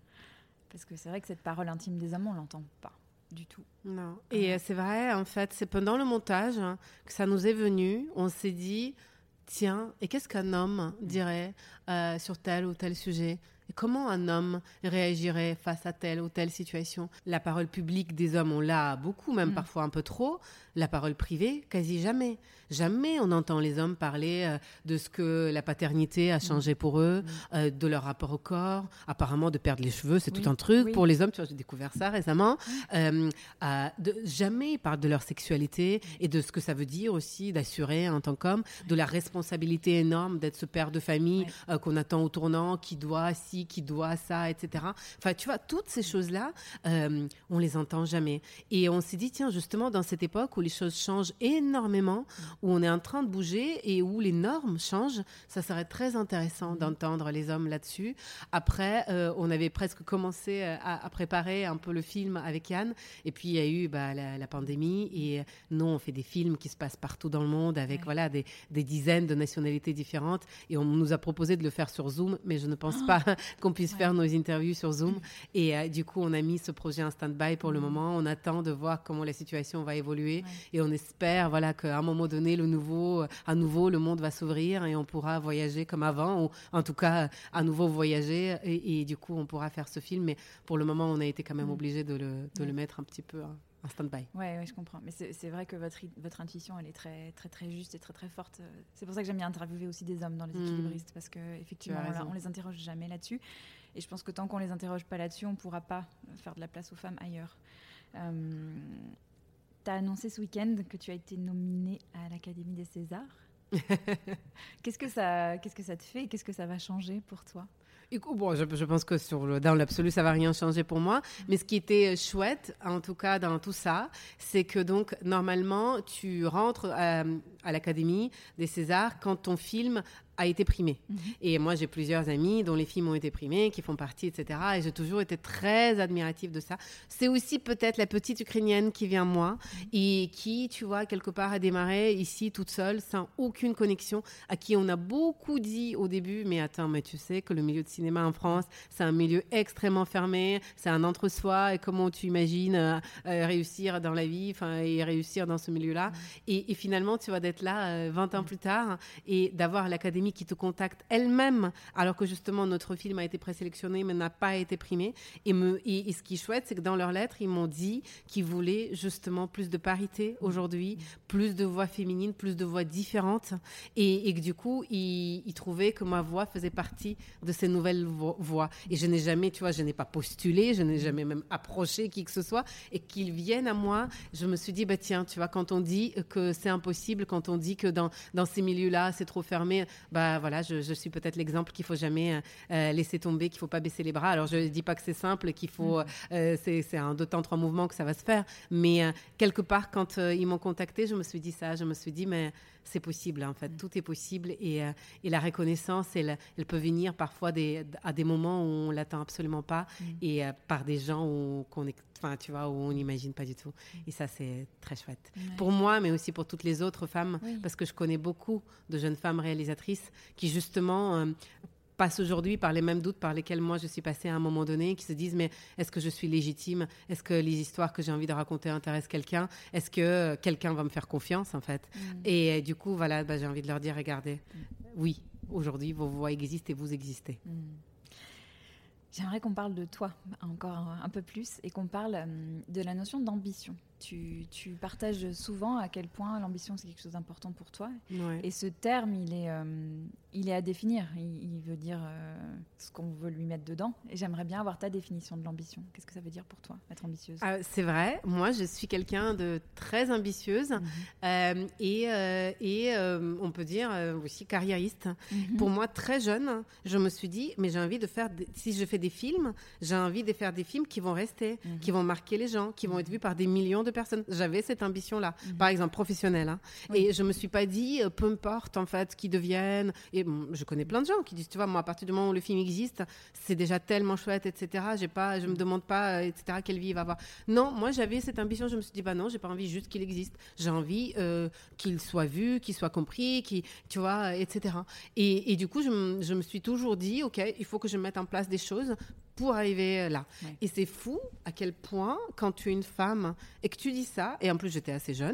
Parce que c'est vrai que cette parole intime des hommes, on ne l'entend pas du tout. Non. Et euh, c'est vrai, en fait, c'est pendant le montage hein, que ça nous est venu. On s'est dit, tiens, et qu'est-ce qu'un homme dirait euh, sur tel ou tel sujet ? Et comment un homme réagirait face à telle ou telle situation? La parole publique des hommes, on l'a beaucoup, même mmh. parfois un peu trop. La parole privée, quasi jamais. Jamais on entend les hommes parler euh, de ce que la paternité a changé mmh. pour eux, mmh. euh, de leur rapport au corps. Apparemment, de perdre les cheveux, c'est oui. tout un truc. Oui. Pour les hommes, tu vois, j'ai découvert ça récemment. Euh, euh, de, jamais ils parlent de leur sexualité et de ce que ça veut dire aussi d'assurer en tant qu'homme, de la responsabilité énorme d'être ce père de famille oui. euh, qu'on attend au tournant, qui doit ci, qui doit ça, et cetera. Enfin, tu vois, toutes ces choses-là, euh, on les entend jamais. Et on s'est dit, tiens, justement, dans cette époque où les choses changent énormément, où on est en train de bouger et où les normes changent, ça serait très intéressant d'entendre les hommes là-dessus. Après, euh, on avait presque commencé à, à préparer un peu le film avec Yann, et puis il y a eu bah, la, la pandémie, et nous, on fait des films qui se passent partout dans le monde, avec ouais. voilà, des, des dizaines de nationalités différentes, et on nous a proposé de le faire sur Zoom, mais je ne pense oh. pas qu'on puisse ouais. faire nos interviews sur Zoom. Mmh. Et euh, du coup, on a mis ce projet en stand-by pour mmh. le moment. On attend de voir comment la situation va évoluer. Ouais. Et on espère voilà, qu'à un moment donné, le nouveau, à nouveau, le monde va s'ouvrir et on pourra voyager comme avant, ou en tout cas, à nouveau voyager. Et, et du coup, on pourra faire ce film. Mais pour le moment, on a été quand même mmh. obligé de, le, de ouais. le mettre un petit peu hein, en stand-by. Oui, ouais, je comprends. Mais c'est, c'est vrai que votre, votre intuition, elle est très, très, très juste et très, très forte. C'est pour ça que j'aime bien interviewer aussi des hommes dans les équilibristes, mmh. parce qu'effectivement, on ne les interroge jamais là-dessus. Et je pense que tant qu'on ne les interroge pas là-dessus, on ne pourra pas faire de la place aux femmes ailleurs. Euh, tu as annoncé ce week-end que tu as été nominée à l'Académie des Césars. qu'est-ce que ça, qu'est-ce que ça te fait et qu'est-ce que ça va changer pour toi ? Bon, je, je pense que sur le, dans l'absolu, ça va rien changer pour moi. Mais ce qui était chouette, en tout cas dans tout ça, c'est que donc normalement, tu rentres à, à l'Académie des Césars quand ton film a été primé. Mmh. Et moi, j'ai plusieurs amis dont les films ont été primés, qui font partie, et cetera. Et j'ai toujours été très admirative de ça. C'est aussi peut-être la petite Ukrainienne qui vient moi mmh. et qui, tu vois, quelque part a démarré ici toute seule, sans aucune connexion, à qui on a beaucoup dit au début, mais attends, mais tu sais que le milieu de cinéma en France, c'est un milieu extrêmement fermé, c'est un entre-soi, et comment tu imagines euh, euh, réussir dans la vie, enfin, et réussir dans ce milieu-là. Mmh. Et, et finalement, tu vois, d'être là euh, vingt ans mmh. plus tard et d'avoir l'Académie familles qui te contactent elles-mêmes, alors que justement notre film a été présélectionné mais n'a pas été primé. Et, me, et, et ce qui est chouette, c'est que dans leurs lettres, ils m'ont dit qu'ils voulaient justement plus de parité aujourd'hui, plus de voix féminines, plus de voix différentes, et, et que du coup, ils, ils trouvaient que ma voix faisait partie de ces nouvelles vo- voix. Et je n'ai jamais, tu vois, je n'ai pas postulé, je n'ai jamais même approché qui que ce soit, et qu'ils viennent à moi, je me suis dit, bah tiens, tu vois, quand on dit que c'est impossible, quand on dit que dans, dans ces milieux-là, c'est trop fermé, bah voilà, je, je suis peut-être l'exemple qu'il faut jamais euh, laisser tomber, qu'il faut pas baisser les bras. Alors, je dis pas que c'est simple, qu'il faut, euh, c'est, c'est un deux temps, trois mouvements que ça va se faire, mais euh, quelque part, quand euh, ils m'ont contacté, je me suis dit ça, je me suis dit, mais c'est possible, en fait, mm. tout est possible, et, euh, et la reconnaissance, elle, elle peut venir parfois des, à des moments où on l'attend absolument pas, mm. et euh, par des gens où, qu'on est, enfin, tu vois, où on n'imagine pas du tout, mm. et ça, c'est très chouette. Ouais. Pour moi, mais aussi pour toutes les autres femmes, oui. parce que je connais beaucoup de jeunes femmes réalisatrices qui, justement, euh, passent aujourd'hui par les mêmes doutes par lesquels moi je suis passée à un moment donné, qui se disent mais est-ce que je suis légitime? Est-ce que les histoires que j'ai envie de raconter intéressent quelqu'un? Est-ce que quelqu'un va me faire confiance en fait? mm. Et euh, du coup voilà, bah, j'ai envie de leur dire regardez, mm. oui, aujourd'hui vos voix existent et vous existez. mm. J'aimerais qu'on parle de toi encore un peu plus et qu'on parle euh, de la notion d'ambition. Tu, tu partages souvent à quel point l'ambition c'est quelque chose d'important pour toi. Ouais. Et ce terme, il est, euh, il est à définir. Il, il veut dire euh, ce qu'on veut lui mettre dedans. Et j'aimerais bien avoir ta définition de l'ambition. Qu'est-ce que ça veut dire pour toi, être ambitieuse? euh, C'est vrai. Moi, je suis quelqu'un de très ambitieuse mm-hmm. euh, et, euh, et euh, on peut dire euh, aussi carriériste. Mm-hmm. Pour moi, très jeune, je me suis dit, mais j'ai envie de faire, des, si je fais des films, j'ai envie de faire des films qui vont rester, mm-hmm. qui vont marquer les gens, qui vont être vus par des millions de personnes. J'avais cette ambition-là, mmh. par exemple professionnelle. Hein. Oui. Et je me suis pas dit, euh, peu importe en fait qui deviennent. Et bon, je connais plein de gens qui disent, tu vois, moi à partir du moment où le film existe, c'est déjà tellement chouette, et cetera. J'ai pas, je me demande pas, euh, et cetera. Quelle vie il va avoir. Non, moi j'avais cette ambition. Je me suis dit, bah non, j'ai pas envie juste qu'il existe. J'ai envie euh, qu'il soit vu, qu'il soit compris, qu'il, tu vois, et cetera. Et, et du coup, je, m- je me suis toujours dit, ok, il faut que je mette en place des choses pour arriver là. Ouais. Et c'est fou à quel point, quand tu es une femme et que tu dis ça, et en plus j'étais assez jeune,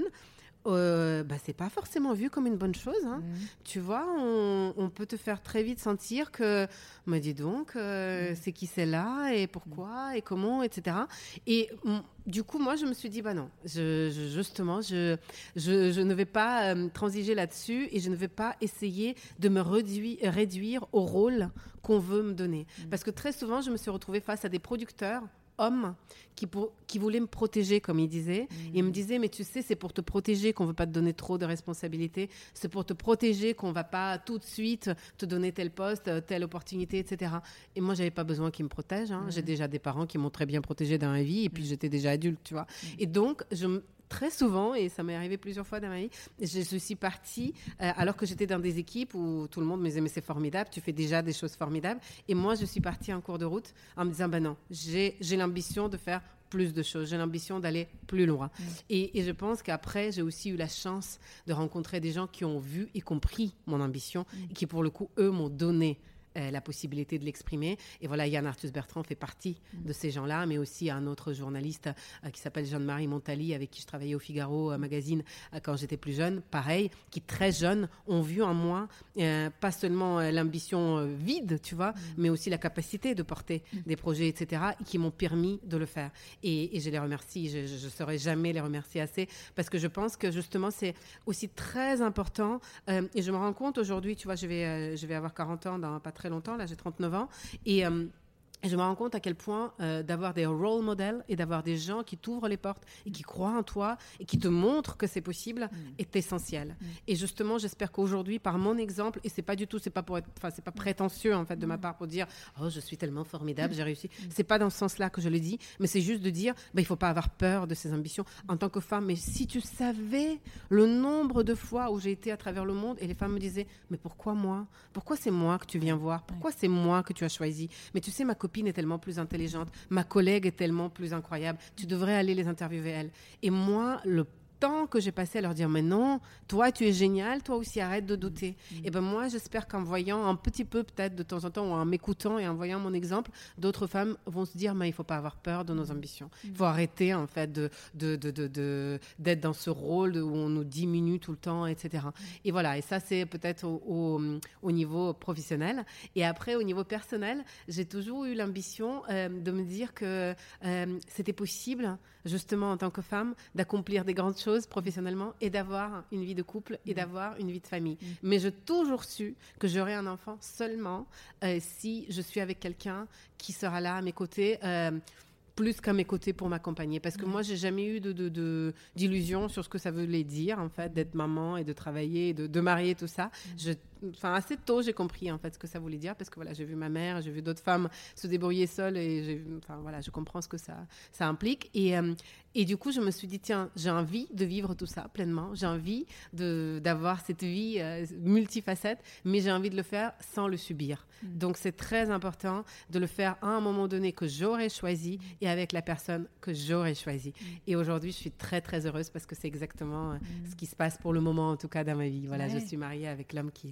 euh, bah, c'est pas forcément vu comme une bonne chose. Hein. Mmh. Tu vois, on, on peut te faire très vite sentir que, mais dis donc, euh, mmh. c'est qui c'est là, et pourquoi, mmh. et comment, et cetera. Et m- du coup, moi, je me suis dit, bah non, je, je, justement, je, je, je ne vais pas euh, transiger là-dessus, et je ne vais pas essayer de me réduire, réduire au rôle qu'on veut me donner. Mmh. Parce que très souvent, je me suis retrouvée face à des producteurs hommes qui, pour, qui voulaient me protéger, comme il disait. Mmh. Et il me disait, mais tu sais, c'est pour te protéger qu'on ne veut pas te donner trop de responsabilités. C'est pour te protéger qu'on ne va pas tout de suite te donner tel poste, telle opportunité, et cetera. Et moi, je n'avais pas besoin qu'ils me protègent. Hein. Mmh. J'ai déjà des parents qui m'ont très bien protégée dans ma vie. Et puis, mmh. j'étais déjà adulte, tu vois. Mmh. Et donc, je me... Très souvent, et ça m'est arrivé plusieurs fois dans ma vie, je, je suis partie euh, alors que j'étais dans des équipes où tout le monde me disait mais c'est formidable, tu fais déjà des choses formidables. Et moi, je suis partie en cours de route en me disant ben non, j'ai, j'ai l'ambition de faire plus de choses, j'ai l'ambition d'aller plus loin. Mmh. Et, et je pense qu'après, j'ai aussi eu la chance de rencontrer des gens qui ont vu et compris mon ambition mmh. et qui, pour le coup, eux, m'ont donné Euh, la possibilité de l'exprimer. Et voilà, Yann Arthus Bertrand fait partie mmh. de ces gens-là, mais aussi un autre journaliste euh, qui s'appelle Jean-Marie Montali, avec qui je travaillais au Figaro euh, magazine euh, quand j'étais plus jeune, pareil, qui très jeunes ont vu en moi euh, pas seulement euh, l'ambition euh, vide, tu vois, mmh. mais aussi la capacité de porter mmh. des projets, et cetera, et qui m'ont permis de le faire. Et, et je les remercie, je ne saurais jamais les remercier assez, parce que je pense que justement, c'est aussi très important. Euh, et je me rends compte aujourd'hui, tu vois, je vais, euh, je vais avoir quarante ans dans pas très longtemps, là j'ai trente-neuf ans, et euh, je me rends compte à quel point euh, d'avoir des role models et d'avoir des gens qui t'ouvrent les portes et qui croient en toi et qui te montrent que c'est possible mmh. est essentiel. Mmh. Et justement, j'espère qu'aujourd'hui, par mon exemple, et c'est pas du tout, c'est pas pour être, enfin c'est pas prétentieux en fait de mmh. ma part pour dire oh je suis tellement formidable, mmh. j'ai réussi. Mmh. C'est pas dans ce sens-là que je le dis, mais c'est juste de dire bah, il faut pas avoir peur de ses ambitions en tant que femme. Mais si tu savais le nombre de fois où j'ai été à travers le monde et les femmes me disaient mais pourquoi moi? Pourquoi c'est moi que tu viens voir? Pourquoi c'est moi que tu as choisi? Mais tu sais, ma copine est tellement plus intelligente, ma collègue est tellement plus incroyable, tu devrais aller les interviewer elles. Et moi, le temps que j'ai passé à leur dire mais non, toi tu es génial, toi aussi arrête de douter. Mmh. Et ben moi j'espère qu'en voyant un petit peu peut-être de temps en temps ou en m'écoutant et en voyant mon exemple, d'autres femmes vont se dire mais il faut pas avoir peur de nos ambitions. Il mmh. faut arrêter en fait de, de, de, de, de, d'être dans ce rôle où on nous diminue tout le temps, et cetera. Mmh. Et voilà, et ça c'est peut-être au, au, au niveau professionnel. Et après au niveau personnel, j'ai toujours eu l'ambition euh, de me dire que euh, c'était possible justement en tant que femme d'accomplir des grandes choses professionnellement et d'avoir une vie de couple et mmh. d'avoir une vie de famille. Mmh. Mais j'ai toujours su que j'aurais un enfant seulement euh, si je suis avec quelqu'un qui sera là à mes côtés, euh, plus qu'à mes côtés pour m'accompagner. Parce que mmh. moi, j'ai jamais eu de, de, de, d'illusion sur ce que ça voulait dire, en fait, d'être maman et de travailler, de, de marier, tout ça. Mmh. Je, enfin, assez tôt, j'ai compris, en fait, ce que ça voulait dire, parce que, voilà, j'ai vu ma mère, j'ai vu d'autres femmes se débrouiller seules, et j'ai, enfin, voilà, je comprends ce que ça, ça implique. Et, euh, et du coup, je me suis dit, tiens, j'ai envie de vivre tout ça pleinement. J'ai envie de, d'avoir cette vie euh, multifacette, mais j'ai envie de le faire sans le subir. Mmh. Donc, c'est très important de le faire à un moment donné que j'aurais choisi et avec la personne que j'aurais choisie. Mmh. Et aujourd'hui, je suis très, très heureuse parce que c'est exactement mmh. ce qui se passe pour le moment, en tout cas, dans ma vie. Voilà, ouais. Je suis mariée avec l'homme qui...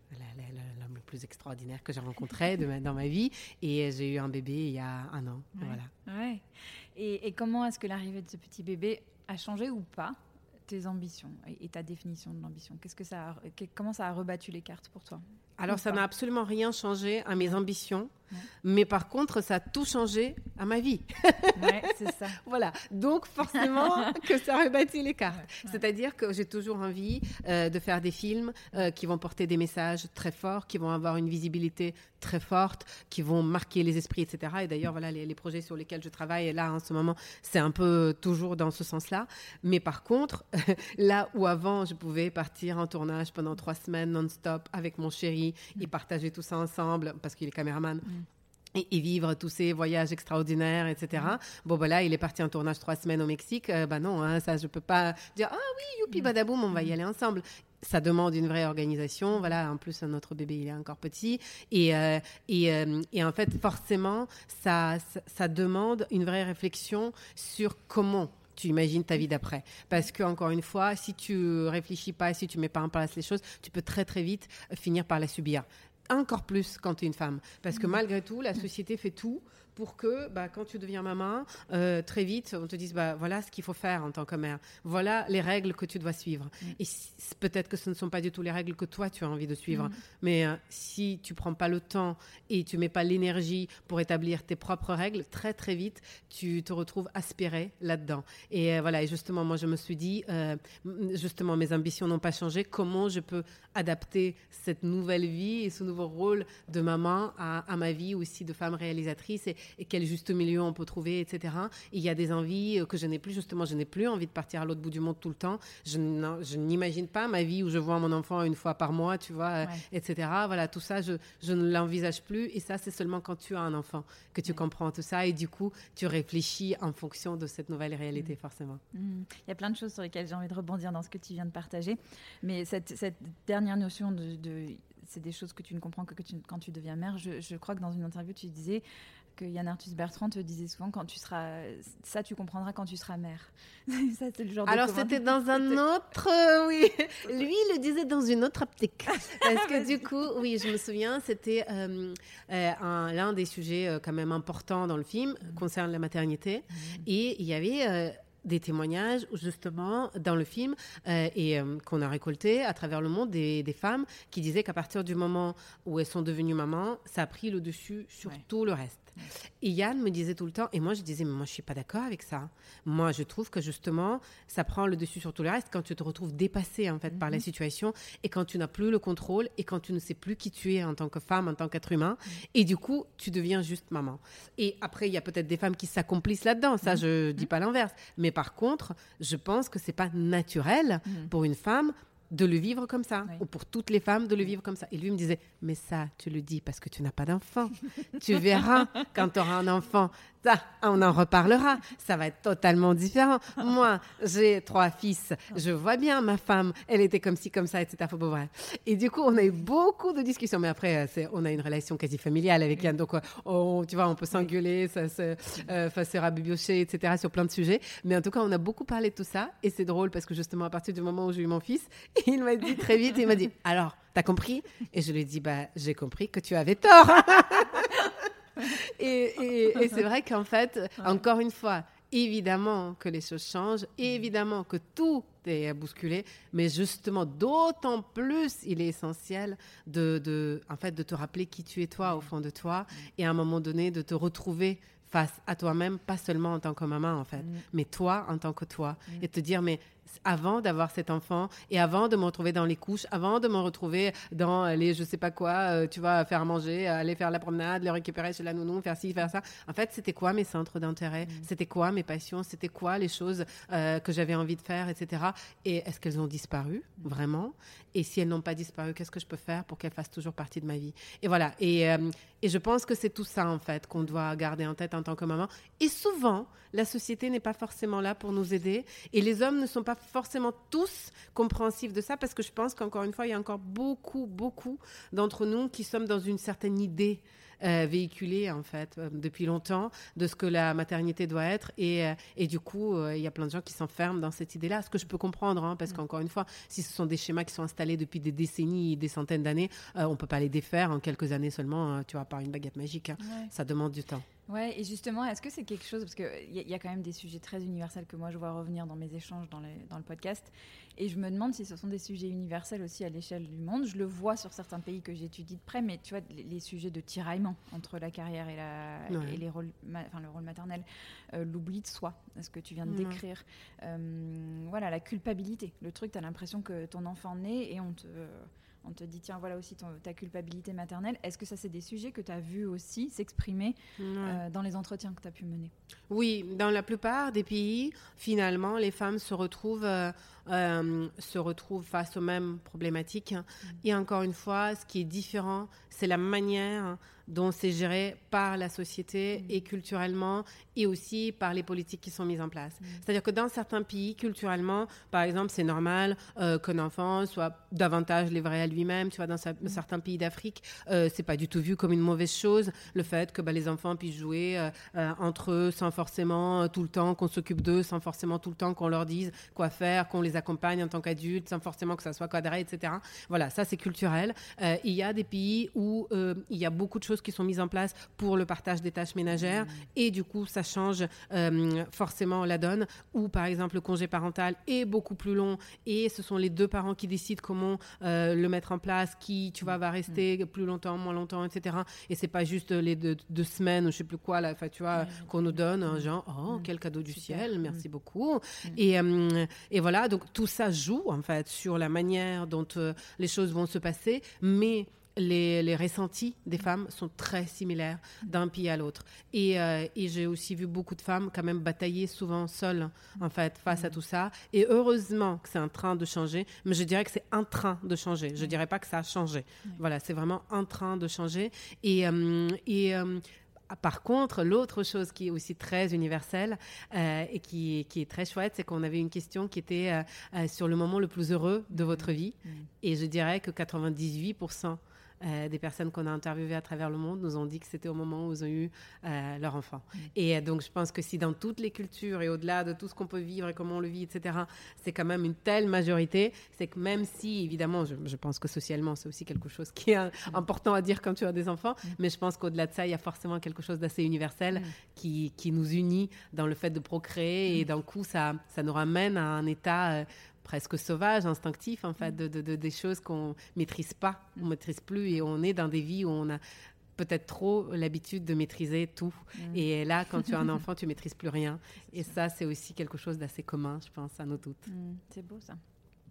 l'homme le plus extraordinaire que j'ai rencontré de ma, dans ma vie, et j'ai eu un bébé il y a un an. Ouais. Voilà. Ouais. Et, et comment est-ce que l'arrivée de ce petit bébé a changé ou pas tes ambitions et, et ta définition de l'ambition? Qu'est-ce que ça a, que, comment ça a rebattu les cartes pour toi? Alors, ça n'a absolument rien changé à mes ambitions, ouais. mais par contre, ça a tout changé à ma vie. Ouais, c'est ça. Voilà. Donc, forcément, que ça rebattit les cartes. Ouais, ouais. C'est-à-dire que j'ai toujours envie euh, de faire des films euh, qui vont porter des messages très forts, qui vont avoir une visibilité très forte, qui vont marquer les esprits, et cetera. Et d'ailleurs, voilà, les, les projets sur lesquels je travaille, là, en ce moment, c'est un peu toujours dans ce sens-là. Mais par contre, là où avant, je pouvais partir en tournage pendant trois semaines non-stop avec mon chéri, et partager tout ça ensemble, parce qu'il est caméraman, mm. et, et vivre tous ces voyages extraordinaires, et cetera. Mm. Bon, ben là, il est parti en tournage trois semaines au Mexique. Euh, ben non, hein, ça, je peux pas dire « Ah oui, youpi, badaboum, on va y aller ensemble ». Ça demande une vraie organisation. Voilà, en plus, notre bébé, il est encore petit. Et, euh, et, euh, et en fait, forcément, ça, ça, ça demande une vraie réflexion sur comment tu imagines ta vie d'après. Parce que, encore une fois, si tu réfléchis pas, si tu mets pas en place les choses, tu peux très, très vite finir par la subir. Encore plus quand tu es une femme. Parce que malgré tout, la société fait tout pour que, bah, quand tu deviens maman, euh, très vite, on te dise, bah, voilà ce qu'il faut faire en tant que mère. Voilà les règles que tu dois suivre. Mm. Et si, peut-être que ce ne sont pas du tout les règles que toi, tu as envie de suivre. Mm. Mais euh, si tu prends pas le temps et tu mets pas l'énergie pour établir tes propres règles, très, très vite, tu te retrouves aspiré là-dedans. Et euh, voilà, et justement, moi, je me suis dit, euh, justement, mes ambitions n'ont pas changé. Comment je peux adapter cette nouvelle vie et ce nouveau rôle de maman à, à ma vie aussi de femme réalisatrice, et, et quel juste milieu on peut trouver, et cetera. Et il y a des envies que je n'ai plus, justement, je n'ai plus envie de partir à l'autre bout du monde tout le temps. Je, je n'imagine pas ma vie où je vois mon enfant une fois par mois, tu vois, ouais. et cetera. Voilà, tout ça, je, je ne l'envisage plus. Et ça, c'est seulement quand tu as un enfant que tu ouais. comprends tout ça. Et du coup, tu réfléchis en fonction de cette nouvelle réalité, mmh. forcément. Mmh. Il y a plein de choses sur lesquelles j'ai envie de rebondir dans ce que tu viens de partager. Mais cette, cette dernière notion de, de... c'est des choses que tu ne comprends que, que tu, quand tu deviens mère. Je, je crois que dans une interview, tu disais que Yann Arthus Bertrand te disait souvent, quand tu seras, ça tu comprendras quand tu seras mère. Ça, c'est le genre de Alors c'était dans un autre, euh, oui. Lui, il le disait dans une autre optique. Parce que du coup, oui, je me souviens, c'était euh, euh, un, l'un des sujets euh, quand même importants dans le film, mmh. concerne la maternité. Mmh. Et il y avait... Euh, des témoignages, justement, dans le film, euh, et euh, qu'on a récolté à travers le monde, des, des femmes qui disaient qu'à partir du moment où elles sont devenues mamans, ça a pris le dessus sur ouais. tout le reste. Ouais. Et Yann me disait tout le temps, et moi je disais, mais moi je ne suis pas d'accord avec ça. Moi je trouve que justement, ça prend le dessus sur tout le reste quand tu te retrouves dépassée en fait, mm-hmm. par la situation, et quand tu n'as plus le contrôle, et quand tu ne sais plus qui tu es en tant que femme, en tant qu'être humain, mm-hmm. et du coup, tu deviens juste maman. Et après, il y a peut-être des femmes qui s'accomplissent là-dedans, ça mm-hmm. je ne dis pas l'inverse, mais par contre, je pense que ce n'est pas naturel mmh. pour une femme de le vivre comme ça, Oui. ou pour toutes les femmes de le vivre comme ça. Et lui me disait, mais ça, tu le dis parce que tu n'as pas d'enfant. Tu verras quand tu auras un enfant, ça, on en reparlera. Ça va être totalement différent. Moi, j'ai trois fils. Je vois bien ma femme, elle était comme ci, comme ça, et cetera. Bon, bref. Et du coup, on a eu beaucoup de discussions. Mais après, c'est, on a une relation quasi familiale avec Yann. Donc, on, tu vois, on peut s'engueuler, ça se, euh, se rabibiocher, et cetera sur plein de sujets. Mais en tout cas, on a beaucoup parlé de tout ça. Et c'est drôle parce que justement, à partir du moment où j'ai eu mon fils, il m'a dit très vite, il m'a dit, alors, t'as compris? Et je lui ai dit, bah, j'ai compris que tu avais tort. et, et, et c'est vrai qu'en fait, ouais. encore une fois, évidemment que les choses changent, évidemment que tout est bousculé, mais justement, d'autant plus, il est essentiel de, de, en fait, de te rappeler qui tu es toi au fond de toi, et à un moment donné, de te retrouver face à toi-même, pas seulement en tant que maman, en fait, mmh. mais toi en tant que toi, mmh. et te dire, mais avant d'avoir cet enfant et avant de me retrouver dans les couches, avant de me retrouver dans les je sais pas quoi, euh, tu vois, faire à manger, aller faire la promenade, le récupérer chez la nounou, faire ci, faire ça. En fait, c'était quoi mes centres d'intérêt? Mmh. C'était quoi mes passions? C'était quoi les choses euh, que j'avais envie de faire, et cetera. Et est-ce qu'elles ont disparu, mmh. vraiment? Et si elles n'ont pas disparu, qu'est-ce que je peux faire pour qu'elles fassent toujours partie de ma vie? Et voilà. Et, euh, et je pense que c'est tout ça, en fait, qu'on doit garder en tête en tant que maman. Et souvent, la société n'est pas forcément là pour nous aider. Et les hommes ne sont pas forcément tous compréhensifs de ça, parce que je pense qu'encore une fois, il y a encore beaucoup, beaucoup d'entre nous qui sommes dans une certaine idée euh, véhiculée, en fait, euh, depuis longtemps, de ce que la maternité doit être. Et, euh, et du coup, euh, il y a plein de gens qui s'enferment dans cette idée-là, ce que je peux comprendre, hein, parce qu'encore une fois, si ce sont des schémas qui sont installés depuis des décennies, des centaines d'années, euh, on ne peut pas les défaire en quelques années seulement, hein, tu vois, par une baguette magique. Hein. Ouais. Ça demande du temps. Ouais, et justement, est-ce que c'est quelque chose, parce qu'il y, y a quand même des sujets très universels que moi je vois revenir dans mes échanges dans, les, dans le podcast, et je me demande si ce sont des sujets universels aussi à l'échelle du monde. Je le vois sur certains pays que j'étudie de près, mais tu vois, les, les sujets de tiraillement entre la carrière et, la, ouais. et les rôles, ma, enfin, le rôle maternel, euh, l'oubli de soi, ce que tu viens de ouais. décrire, euh, voilà, la culpabilité, le truc, tu as l'impression que ton enfant naît et on te... Euh, on te dit, tiens, voilà aussi ton, ta culpabilité maternelle. Est-ce que ça, c'est des sujets que tu as vus aussi s'exprimer ouais. euh, dans les entretiens que tu as pu mener? Oui, dans la plupart des pays, finalement, les femmes se retrouvent, euh, euh, se retrouvent face aux mêmes problématiques. Mmh. Et encore une fois, ce qui est différent, c'est la manière dont c'est géré par la société mmh. et culturellement, et aussi par les politiques qui sont mises en place. Mmh. C'est-à-dire que dans certains pays, culturellement, par exemple, c'est normal euh, qu'un enfant soit davantage livré à lui-même. Tu vois, dans sa, mmh. certains pays d'Afrique, euh, c'est pas du tout vu comme une mauvaise chose, le fait que bah, les enfants puissent jouer euh, euh, entre eux sans forcément euh, tout le temps qu'on s'occupe d'eux, sans forcément tout le temps qu'on leur dise quoi faire, qu'on les accompagne en tant qu'adultes, sans forcément que ça soit cadré, et cetera. Voilà, ça c'est culturel. Euh, il y a des pays où euh, il y a beaucoup de choses qui sont mises en place pour le partage des tâches ménagères mmh. et du coup ça change euh, forcément la donne, où par exemple le congé parental est beaucoup plus long et ce sont les deux parents qui décident comment euh, le mettre en place, qui tu vois va rester mmh. plus longtemps, moins longtemps, et cetera. Et c'est pas juste les deux, deux semaines ou je sais plus quoi là, tu vois, mmh. qu'on nous donne, hein, genre oh mmh. quel cadeau du Super. Ciel, merci mmh. beaucoup. Mmh. Et, euh, et voilà, donc tout ça joue en fait sur la manière dont euh, les choses vont se passer, mais Les, les ressentis des femmes sont très similaires d'un pays à l'autre. Et, euh, et j'ai aussi vu beaucoup de femmes quand même batailler souvent seules, en fait, face mmh. à tout ça. Et heureusement que c'est en train de changer, mais je dirais que c'est en train de changer. Je ne dirais pas que ça a changé. Mmh. Voilà, c'est vraiment en train de changer. Et... Euh, et euh, Par contre, l'autre chose qui est aussi très universelle euh, et qui, qui est très chouette, c'est qu'on avait une question qui était euh, euh, sur le moment le plus heureux de votre vie. Mmh. Et je dirais que quatre-vingt-dix-huit pour cent Euh, des personnes qu'on a interviewées à travers le monde nous ont dit que c'était au moment où ils ont eu euh, leur enfant. Mmh. Et euh, donc, je pense que si dans toutes les cultures et au-delà de tout ce qu'on peut vivre et comment on le vit, et cetera, c'est quand même une telle majorité, c'est que même si, évidemment, je, je pense que socialement, c'est aussi quelque chose qui est mmh. important à dire quand tu as des enfants, mmh. mais je pense qu'au-delà de ça, il y a forcément quelque chose d'assez universel mmh. qui, qui nous unit dans le fait de procréer mmh. et d'un coup, ça, ça nous ramène à un état... Euh, presque sauvage, instinctif, en fait, de, de, de, des choses qu'on ne maîtrise pas, on ne maîtrise plus, et on est dans des vies où on a peut-être trop l'habitude de maîtriser tout. Mmh. Et là, quand tu as un enfant, tu ne maîtrises plus rien. C'est et ça. ça, c'est aussi quelque chose d'assez commun, je pense, à nous toutes. Mmh, c'est beau, ça.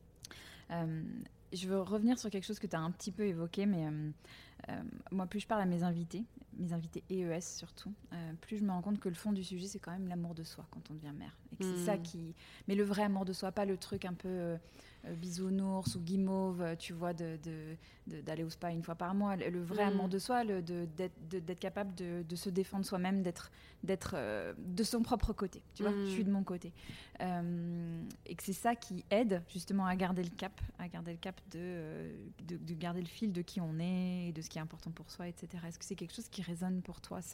Euh, je veux revenir sur quelque chose que tu as un petit peu évoqué, mais euh, euh, moi, plus je parle à mes invités, mes invités E E S surtout, euh, plus je me rends compte que le fond du sujet, c'est quand même l'amour de soi quand on devient mère. Et que mmh. c'est ça qui... Mais le vrai amour de soi, pas le truc un peu... Euh, euh, bisounours ou guimauve, tu vois, de, de, de, d'aller au spa une fois par mois. Le, le vrai mmh. amour de soi, le, de, d'être, de, d'être capable de, de se défendre soi-même, d'être, d'être euh, de son propre côté. Tu vois, mmh. je suis de mon côté. Euh, et que c'est ça qui aide justement à garder le cap, à garder le cap de, de, de garder le fil de qui on est, et de ce qui est important pour soi, et cetera. Est-ce que c'est quelque chose qui résonne pour toi, ça ?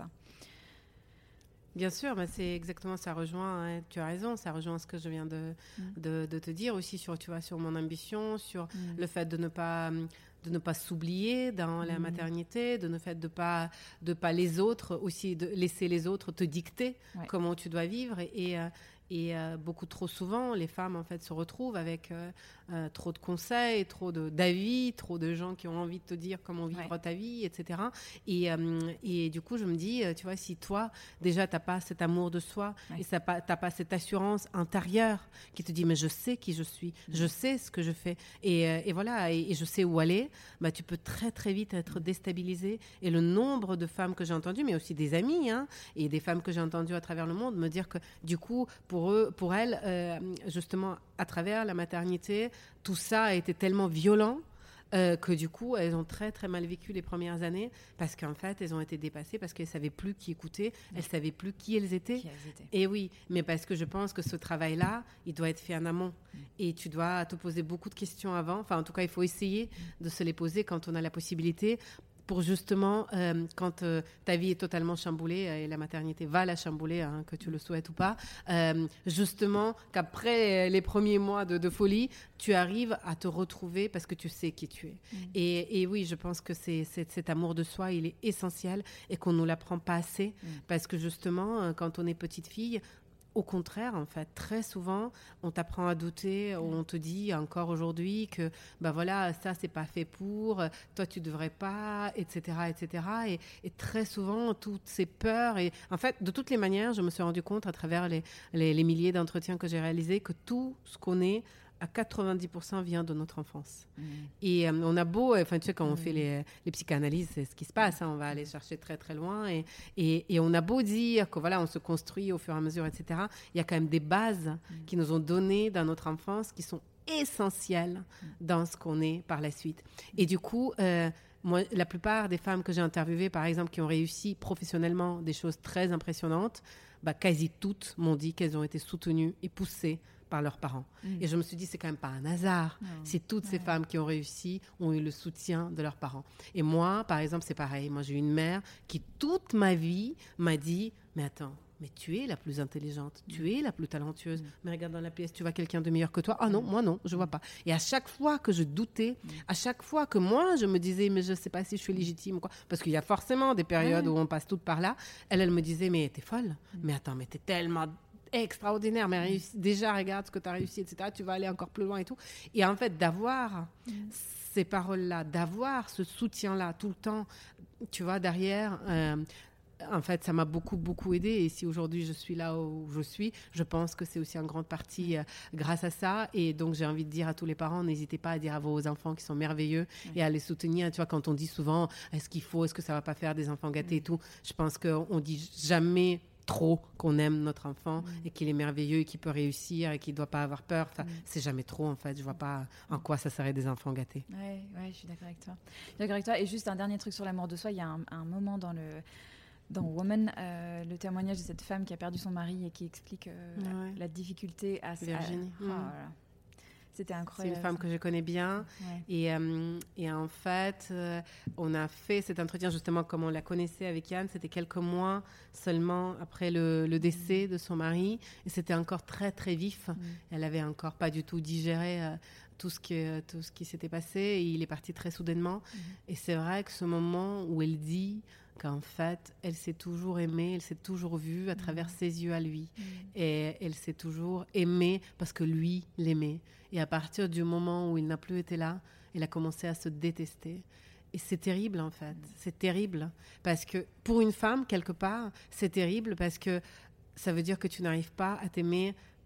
Bien sûr, mais c'est exactement, ça rejoint, hein, tu as raison, ça rejoint ce que je viens de, mmh. de, de te dire aussi sur, tu vois, sur mon ambition, sur mmh. le fait de ne pas, de ne pas s'oublier dans mmh. la maternité, de ne fait de pas, de pas les autres aussi, de laisser les autres te dicter ouais. comment tu dois vivre et, et Et euh, beaucoup trop souvent, les femmes en fait se retrouvent avec euh, euh, trop de conseils, trop de, d'avis, trop de gens qui ont envie de te dire comment vivre ouais. ta vie, et cetera. Et, euh, et du coup, je me dis, tu vois, si toi, déjà, t'as pas cet amour de soi ouais. et ça, t'as pas cette assurance intérieure qui te dit, mais je sais qui je suis, mmh. je sais ce que je fais, et, euh, et voilà, et, et je sais où aller. Bah, tu peux très très vite être déstabilisée. Et le nombre de femmes que j'ai entendues, mais aussi des amies, hein, et des femmes que j'ai entendues à travers le monde, me dire que du coup, pour eux, pour elles, euh, justement, à travers la maternité, tout ça a été tellement violent euh, que du coup, elles ont très, très mal vécu les premières années parce qu'en fait, elles ont été dépassées parce qu'elles ne savaient plus qui écouter, elles ne savaient plus qui elles étaient. Qui elles étaient. Et oui, mais parce que je pense que ce travail-là, il doit être fait en amont. Mm. Et tu dois te poser beaucoup de questions avant. Enfin, en tout cas, il faut essayer mm. de se les poser quand on a la possibilité. Pour justement, euh, quand euh, ta vie est totalement chamboulée, euh, et la maternité va la chambouler, hein, que tu le souhaites ou pas, euh, justement, qu'après les premiers mois de, de folie, tu arrives à te retrouver parce que tu sais qui tu es. Mmh. Et, et oui, je pense que c'est, c'est, cet amour de soi, il est essentiel et qu'on ne nous l'apprend pas assez mmh. parce que justement, quand on est petite fille, au contraire, en fait, très souvent, on t'apprend à douter, on te dit encore aujourd'hui que, ben voilà, ça, c'est pas fait pour, toi, tu devrais pas, et cetera, et cetera. Et, et très souvent, toutes ces peurs, et en fait, de toutes les manières, je me suis rendu compte à travers les, les, les milliers d'entretiens que j'ai réalisés que tout ce qu'on est, à quatre-vingt-dix pour cent vient de notre enfance. Mmh. Et euh, on a beau, enfin tu sais, quand on mmh. fait les, les psychanalyses, c'est ce qui se passe, hein, on va aller chercher très très loin, et, et, et on a beau dire que voilà, on se construit au fur et à mesure, et cetera. Il y a quand même des bases mmh. qui nous ont données dans notre enfance qui sont essentielles mmh. dans ce qu'on est par la suite. Et du coup, euh, moi, la plupart des femmes que j'ai interviewées, par exemple, qui ont réussi professionnellement des choses très impressionnantes, bah, quasi toutes m'ont dit qu'elles ont été soutenues et poussées par leurs parents. Mmh. Et je me suis dit, c'est quand même pas un hasard non. si toutes ouais. ces femmes qui ont réussi ont eu le soutien de leurs parents. Et moi, par exemple, c'est pareil. Moi, j'ai eu une mère qui, toute ma vie, m'a dit, mais attends, mais tu es la plus intelligente, mmh. tu es la plus talentueuse, mmh. mais regarde dans la pièce, tu vois quelqu'un de meilleur que toi. Ah non, mmh. moi non, je vois pas. Et à chaque fois que je doutais, mmh. à chaque fois que moi, je me disais, mais je sais pas si je suis légitime ou quoi, parce qu'il y a forcément des périodes mmh. où on passe toutes par là, elle, elle me disait, mais t'es folle, mmh. mais attends, mais t'es tellement extraordinaire, mais réussi, déjà regarde ce que tu as réussi, et cetera. Tu vas aller encore plus loin et tout. Et en fait, d'avoir mmh. ces paroles-là, d'avoir ce soutien-là tout le temps, tu vois, derrière, euh, en fait, ça m'a beaucoup, beaucoup aidée. Et si aujourd'hui je suis là où je suis, je pense que c'est aussi en grande partie euh, grâce à ça. Et donc, j'ai envie de dire à tous les parents, n'hésitez pas à dire à vos enfants qui sont merveilleux oui. et à les soutenir. Tu vois, quand on dit souvent, est-ce qu'il faut, est-ce que ça va pas faire des enfants gâtés mmh. et tout, je pense qu'on dit jamais trop qu'on aime notre enfant mmh. et qu'il est merveilleux et qu'il peut réussir et qu'il ne doit pas avoir peur. Enfin, mmh. c'est jamais trop, en fait. Je ne vois pas en quoi ça serait des enfants gâtés. Oui, ouais, je suis d'accord avec toi. Je suis d'accord avec toi. Et juste un dernier truc sur l'amour de soi. Il y a un, un moment dans, le, dans Woman, euh, le témoignage de cette femme qui a perdu son mari et qui explique euh, ouais. la, la difficulté à... Virginie. À, oh, mmh. voilà. C'était incroyable. C'est une femme que je connais bien. Ouais. Et, euh, et en fait, euh, on a fait cet entretien justement comme on la connaissait avec Yann. C'était quelques mois seulement après le, le décès mmh. de son mari. Et c'était encore très, très vif. Mmh. Elle n'avait encore pas du tout digéré euh, tout, ce qui, euh, tout ce qui s'était passé. Et il est parti très soudainement. Mmh. Et c'est vrai que ce moment où elle dit qu'en fait, elle s'est toujours aimée, elle s'est toujours vue à travers mmh. ses yeux à lui. Mmh. Et elle s'est toujours aimée parce que lui l'aimait. Et à partir du moment où il n'a plus été là, elle a commencé à se détester. Et c'est terrible, en fait. Mmh. C'est terrible. Parce que pour une femme, quelque part, c'est terrible parce que ça veut dire que tu n'arrives pas à t'aimer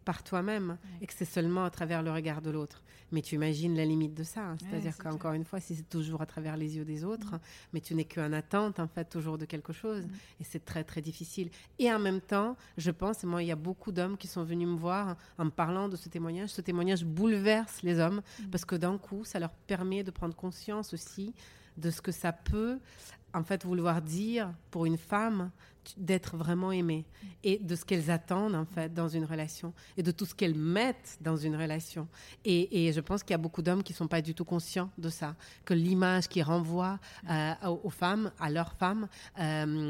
par toi-même ouais. et que c'est seulement à travers le regard de l'autre. Mais tu imagines la limite de ça. Hein. C'est-à-dire ouais, c'est qu'encore clair. une fois, si c'est toujours à travers les yeux des autres, Mmh. mais tu n'es qu'en attente, en fait, toujours de quelque chose. Mmh. Et c'est très, très difficile. Et en même temps, je pense, moi, il y a beaucoup d'hommes qui sont venus me voir en me parlant de ce témoignage. Ce témoignage bouleverse les hommes mmh. parce que d'un coup, ça leur permet de prendre conscience aussi de ce que ça peut, en fait, vouloir dire pour une femme d'être vraiment aimée et de ce qu'elles attendent en fait dans une relation et de tout ce qu'elles mettent dans une relation et, et je pense qu'il y a beaucoup d'hommes qui sont pas du tout conscients de ça, que l'image qu'ils renvoient euh, aux, aux femmes, à leurs femmes euh,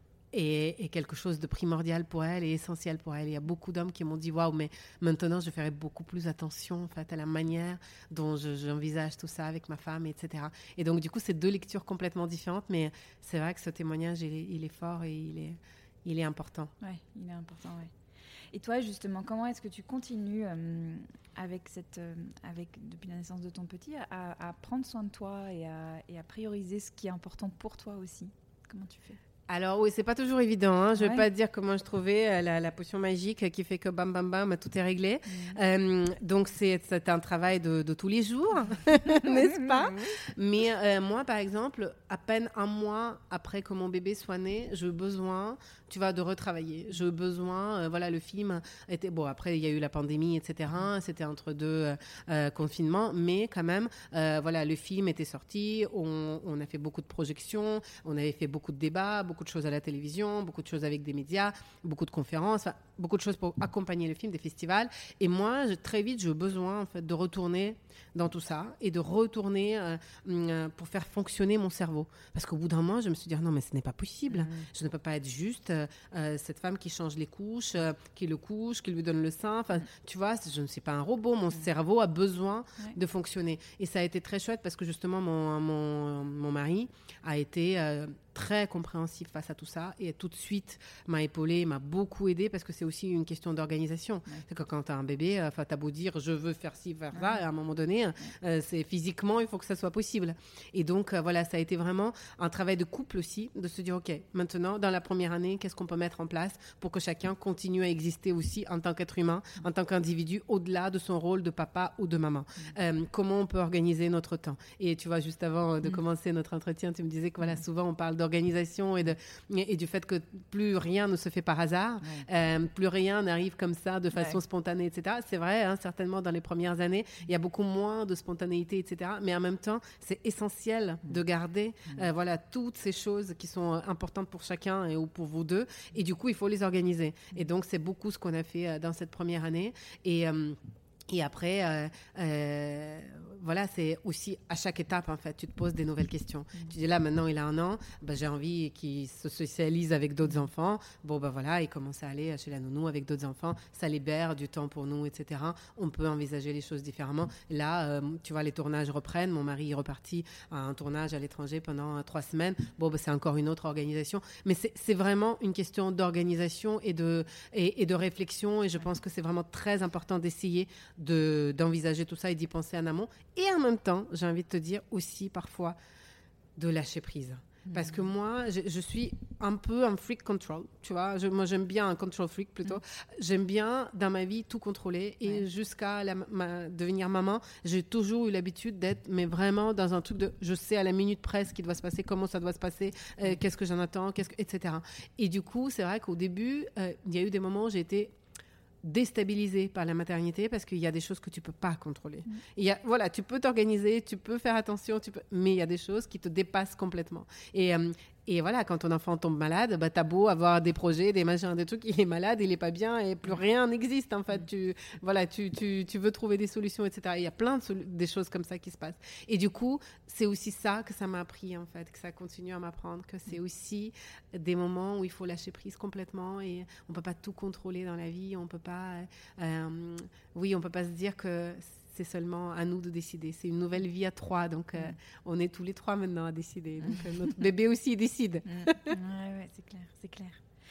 est, est quelque chose de primordial pour elles et essentiel pour elles. Il y a beaucoup d'hommes qui m'ont dit waouh, mais maintenant je ferai beaucoup plus attention en fait à la manière dont je, j'envisage tout ça avec ma femme, et cetera. Et donc du coup c'est deux lectures complètement différentes, mais c'est vrai que ce témoignage il est, il est fort et il est, il est important. Ouais, il est important, ouais. Et toi justement, comment est-ce que tu continues euh, avec cette, euh, avec depuis la naissance de ton petit, à, à prendre soin de toi et à, et à prioriser ce qui est important pour toi aussi? Comment tu fais? Alors oui, c'est pas toujours évident. Hein. Je vais ouais. pas te dire comment je trouvais euh, la, la potion magique qui fait que bam bam bam, tout est réglé. Mmh. Euh, donc c'est, c'est un travail de, de tous les jours, n'est-ce pas? Mais euh, moi, par exemple, à peine un mois après que mon bébé soit né, j'ai besoin, tu vois, de retravailler. J'ai besoin, euh, voilà, le film était bon. Après, il y a eu la pandémie, et cetera. C'était entre deux euh, confinements, mais quand même, euh, voilà, le film était sorti. On, on a fait beaucoup de projections, on avait fait beaucoup de débats. Beaucoup de choses à la télévision, beaucoup de choses avec des médias, beaucoup de conférences, enfin, beaucoup de choses pour accompagner le film, des festivals. Et moi, je, très vite, j'ai besoin en fait, de retourner dans tout ça et de retourner euh, euh, pour faire fonctionner mon cerveau. Parce qu'au bout d'un moment, je me suis dit, non, mais ce n'est pas possible. Mmh. Je ne peux pas être juste euh, euh, cette femme qui change les couches, euh, qui le couche, qui lui donne le sein. Enfin, mmh. tu vois, je ne suis pas un robot. Mon mmh. cerveau a besoin ouais. de fonctionner. Et ça a été très chouette parce que justement, mon, mon, mon mari a été... Euh, très compréhensif face à tout ça et tout de suite m'a épaulé, m'a beaucoup aidé parce que c'est aussi une question d'organisation. Ouais. C'est que quand tu as un bébé, enfin, tu as beau dire je veux faire ci, faire ça, ouais. et à un moment donné, ouais. euh, c'est physiquement, il faut que ça soit possible. Et donc, euh, voilà, ça a été vraiment un travail de couple aussi, de se dire, OK, maintenant, dans la première année, qu'est-ce qu'on peut mettre en place pour que chacun continue à exister aussi en tant qu'être humain, en tant qu'individu, au-delà de son rôle de papa ou de maman. Mmh. Euh, comment on peut organiser notre temps? Et tu vois, juste avant de mmh. commencer notre entretien, tu me disais que voilà, souvent on parle d'organisation organisation et, de, et du fait que plus rien ne se fait par hasard, ouais. euh, plus rien n'arrive comme ça de façon ouais. spontanée, et cetera. C'est vrai, hein, certainement dans les premières années, il y a beaucoup moins de spontanéité, et cetera. Mais en même temps, c'est essentiel de garder mmh. euh, voilà, toutes ces choses qui sont importantes pour chacun et ou pour vous deux. Et du coup, il faut les organiser. Et donc, c'est beaucoup ce qu'on a fait euh, dans cette première année. Et... Euh, Et après, euh, euh, voilà, c'est aussi à chaque étape, en fait, tu te poses des nouvelles questions. Mmh. Tu dis là, maintenant, il a un an, ben, j'ai envie qu'il se socialise avec d'autres enfants. Bon, ben voilà, il commence à aller chez la nounou avec d'autres enfants. Ça libère du temps pour nous, et cetera. On peut envisager les choses différemment. Là, euh, tu vois, les tournages reprennent. Mon mari est reparti à un tournage à l'étranger pendant euh, trois semaines. Bon, ben, c'est encore une autre organisation. Mais c'est, c'est vraiment une question d'organisation et de, et, et de réflexion. Et je pense que c'est vraiment très important d'essayer De, d'envisager tout ça et d'y penser en amont. Et en même temps, j'ai envie de te dire aussi parfois de lâcher prise. Mmh. Parce que moi, je, je suis un peu un freak control, tu vois. Je, moi, j'aime bien un control freak plutôt. Mmh. J'aime bien, dans ma vie, tout contrôler. Et ouais. jusqu'à la, ma, devenir maman, j'ai toujours eu l'habitude d'être, mais vraiment dans un truc de... Je sais à la minute près ce qui doit se passer, comment ça doit se passer, euh, mmh. qu'est-ce que j'en attends, qu'est-ce que, et cetera. Et du coup, c'est vrai qu'au début, euh, il y a eu des moments où j'ai été... déstabilisée par la maternité parce qu'il y a des choses que tu peux pas contrôler. Mmh. Il y a, voilà, tu peux t'organiser, tu peux faire attention, tu peux, mais il y a des choses qui te dépassent complètement. Et, euh, et voilà, quand ton enfant tombe malade, bah, t'as beau avoir des projets, des machins, des trucs, il est malade, il est pas bien et plus rien n'existe en fait. Mmh. Tu, voilà, tu, tu, tu veux trouver des solutions, et cetera. Il y a plein de sol- des choses comme ça qui se passent. Et du coup, c'est aussi ça que ça m'a appris en fait, que ça continue à m'apprendre, que c'est aussi des moments où il faut lâcher prise complètement et on peut pas tout contrôler dans la vie, on peut pas, euh, oui, on peut pas se dire que c'est seulement à nous de décider. C'est une nouvelle vie à trois, donc euh, mmh. on est tous les trois maintenant à décider. Donc euh, notre bébé aussi décide. Mmh. Ouais, ouais, c'est clair, c'est clair.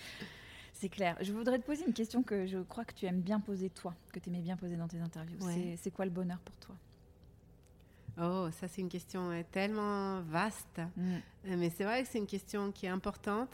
C'est clair. Je voudrais te poser une question que je crois que tu aimes bien poser toi, que tu aimais bien poser dans tes interviews. Ouais. C'est, c'est quoi le bonheur pour toi ? Oh, ça c'est une question euh, tellement vaste. Mmh. Mais c'est vrai que c'est une question qui est importante.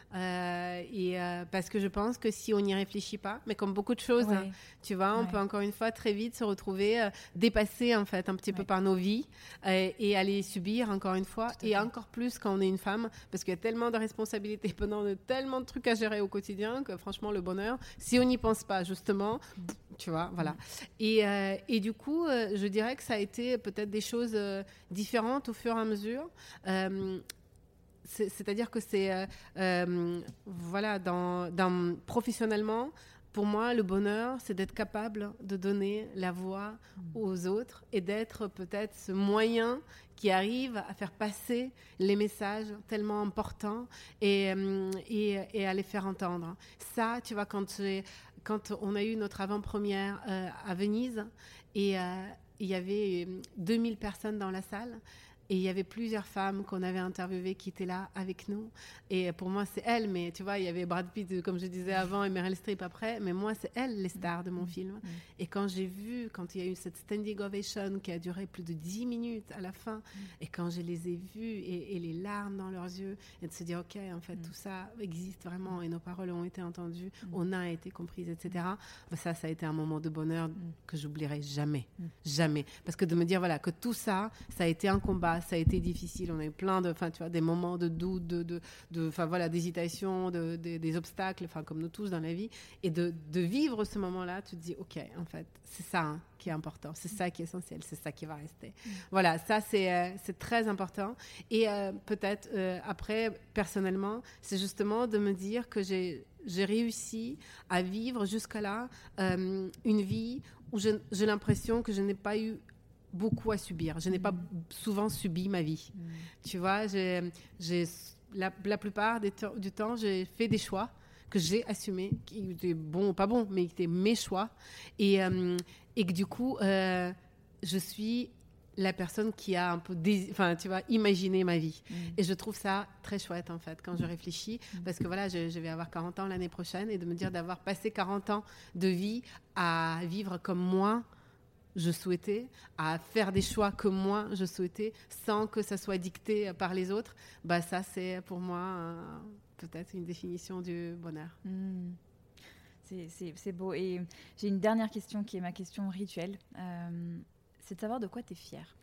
Euh, et euh, parce que je pense que si on n'y réfléchit pas, mais comme beaucoup de choses, ouais. hein, tu vois, on ouais. peut encore une fois très vite se retrouver euh, dépassé en fait un petit ouais. peu par nos vies euh, et aller subir encore une fois, et encore plus quand on est une femme, parce qu'il y a tellement de responsabilités, pendant de, tellement de trucs à gérer au quotidien que franchement le bonheur, si on n'y pense pas justement, tu vois, voilà. Et, euh, et du coup, euh, je dirais que ça a été peut-être des choses euh, différentes au fur et à mesure. Euh, C'est, c'est-à-dire que c'est, euh, euh, voilà, dans, dans, professionnellement, pour moi, le bonheur, c'est d'être capable de donner la voix aux autres et d'être peut-être ce moyen qui arrive à faire passer les messages tellement importants et, euh, et, et à les faire entendre. Ça, tu vois, quand, j'ai, quand on a eu notre avant-première euh, à Venise, et euh, il y avait deux mille personnes dans la salle, et il y avait plusieurs femmes qu'on avait interviewées qui étaient là avec nous. Et pour moi, c'est elles. Mais tu vois, il y avait Brad Pitt, comme je disais avant, et Meryl Streep après. Mais moi, c'est elles, les stars de mon film. Mm. Et quand j'ai vu, quand il y a eu cette standing ovation qui a duré plus de dix minutes à la fin, mm. et quand je les ai vues et, et les larmes dans leurs yeux, et de se dire, OK, en fait, mm. tout ça existe vraiment et nos paroles ont été entendues, mm. on a été comprises, et cetera. Ben, ça, ça a été un moment de bonheur mm. que j'oublierai jamais. Mm. Jamais. Parce que de me dire, voilà, que tout ça, ça a été un combat, ça a été difficile, on a eu plein de, enfin tu vois, des moments de doute, de, de, de, enfin voilà, d'hésitation, de, de, des obstacles, enfin comme nous tous dans la vie, et de, de vivre ce moment-là, tu te dis, ok, en fait, c'est ça hein, qui est important, c'est ça qui est essentiel, c'est ça qui va rester. Mmh. Voilà, ça c'est, euh, c'est très important. Et euh, peut-être euh, après, personnellement, c'est justement de me dire que j'ai, j'ai réussi à vivre jusqu'à là euh, une vie où je, j'ai l'impression que je n'ai pas eu beaucoup à subir. Je n'ai pas souvent subi ma vie. Mm. Tu vois, j'ai, j'ai, la, la plupart des te- du temps, j'ai fait des choix que j'ai assumés, qui étaient bons ou pas bons, mais qui étaient mes choix. Et, euh, et que du coup, euh, je suis la personne qui a un peu dés- enfin, tu vois, imaginé ma vie. Mm. Et je trouve ça très chouette, en fait, quand je réfléchis. Mm. Parce que voilà, je, je vais avoir quarante ans l'année prochaine, et de me dire d'avoir passé quarante ans de vie à vivre comme moi, je souhaitais, à faire des choix que moi je souhaitais, sans que ça soit dicté par les autres, bah ça c'est pour moi euh, peut-être une définition du bonheur. Mmh. C'est, c'est, c'est beau. Et j'ai une dernière question qui est ma question rituelle. Euh, c'est de savoir de quoi tu es fière.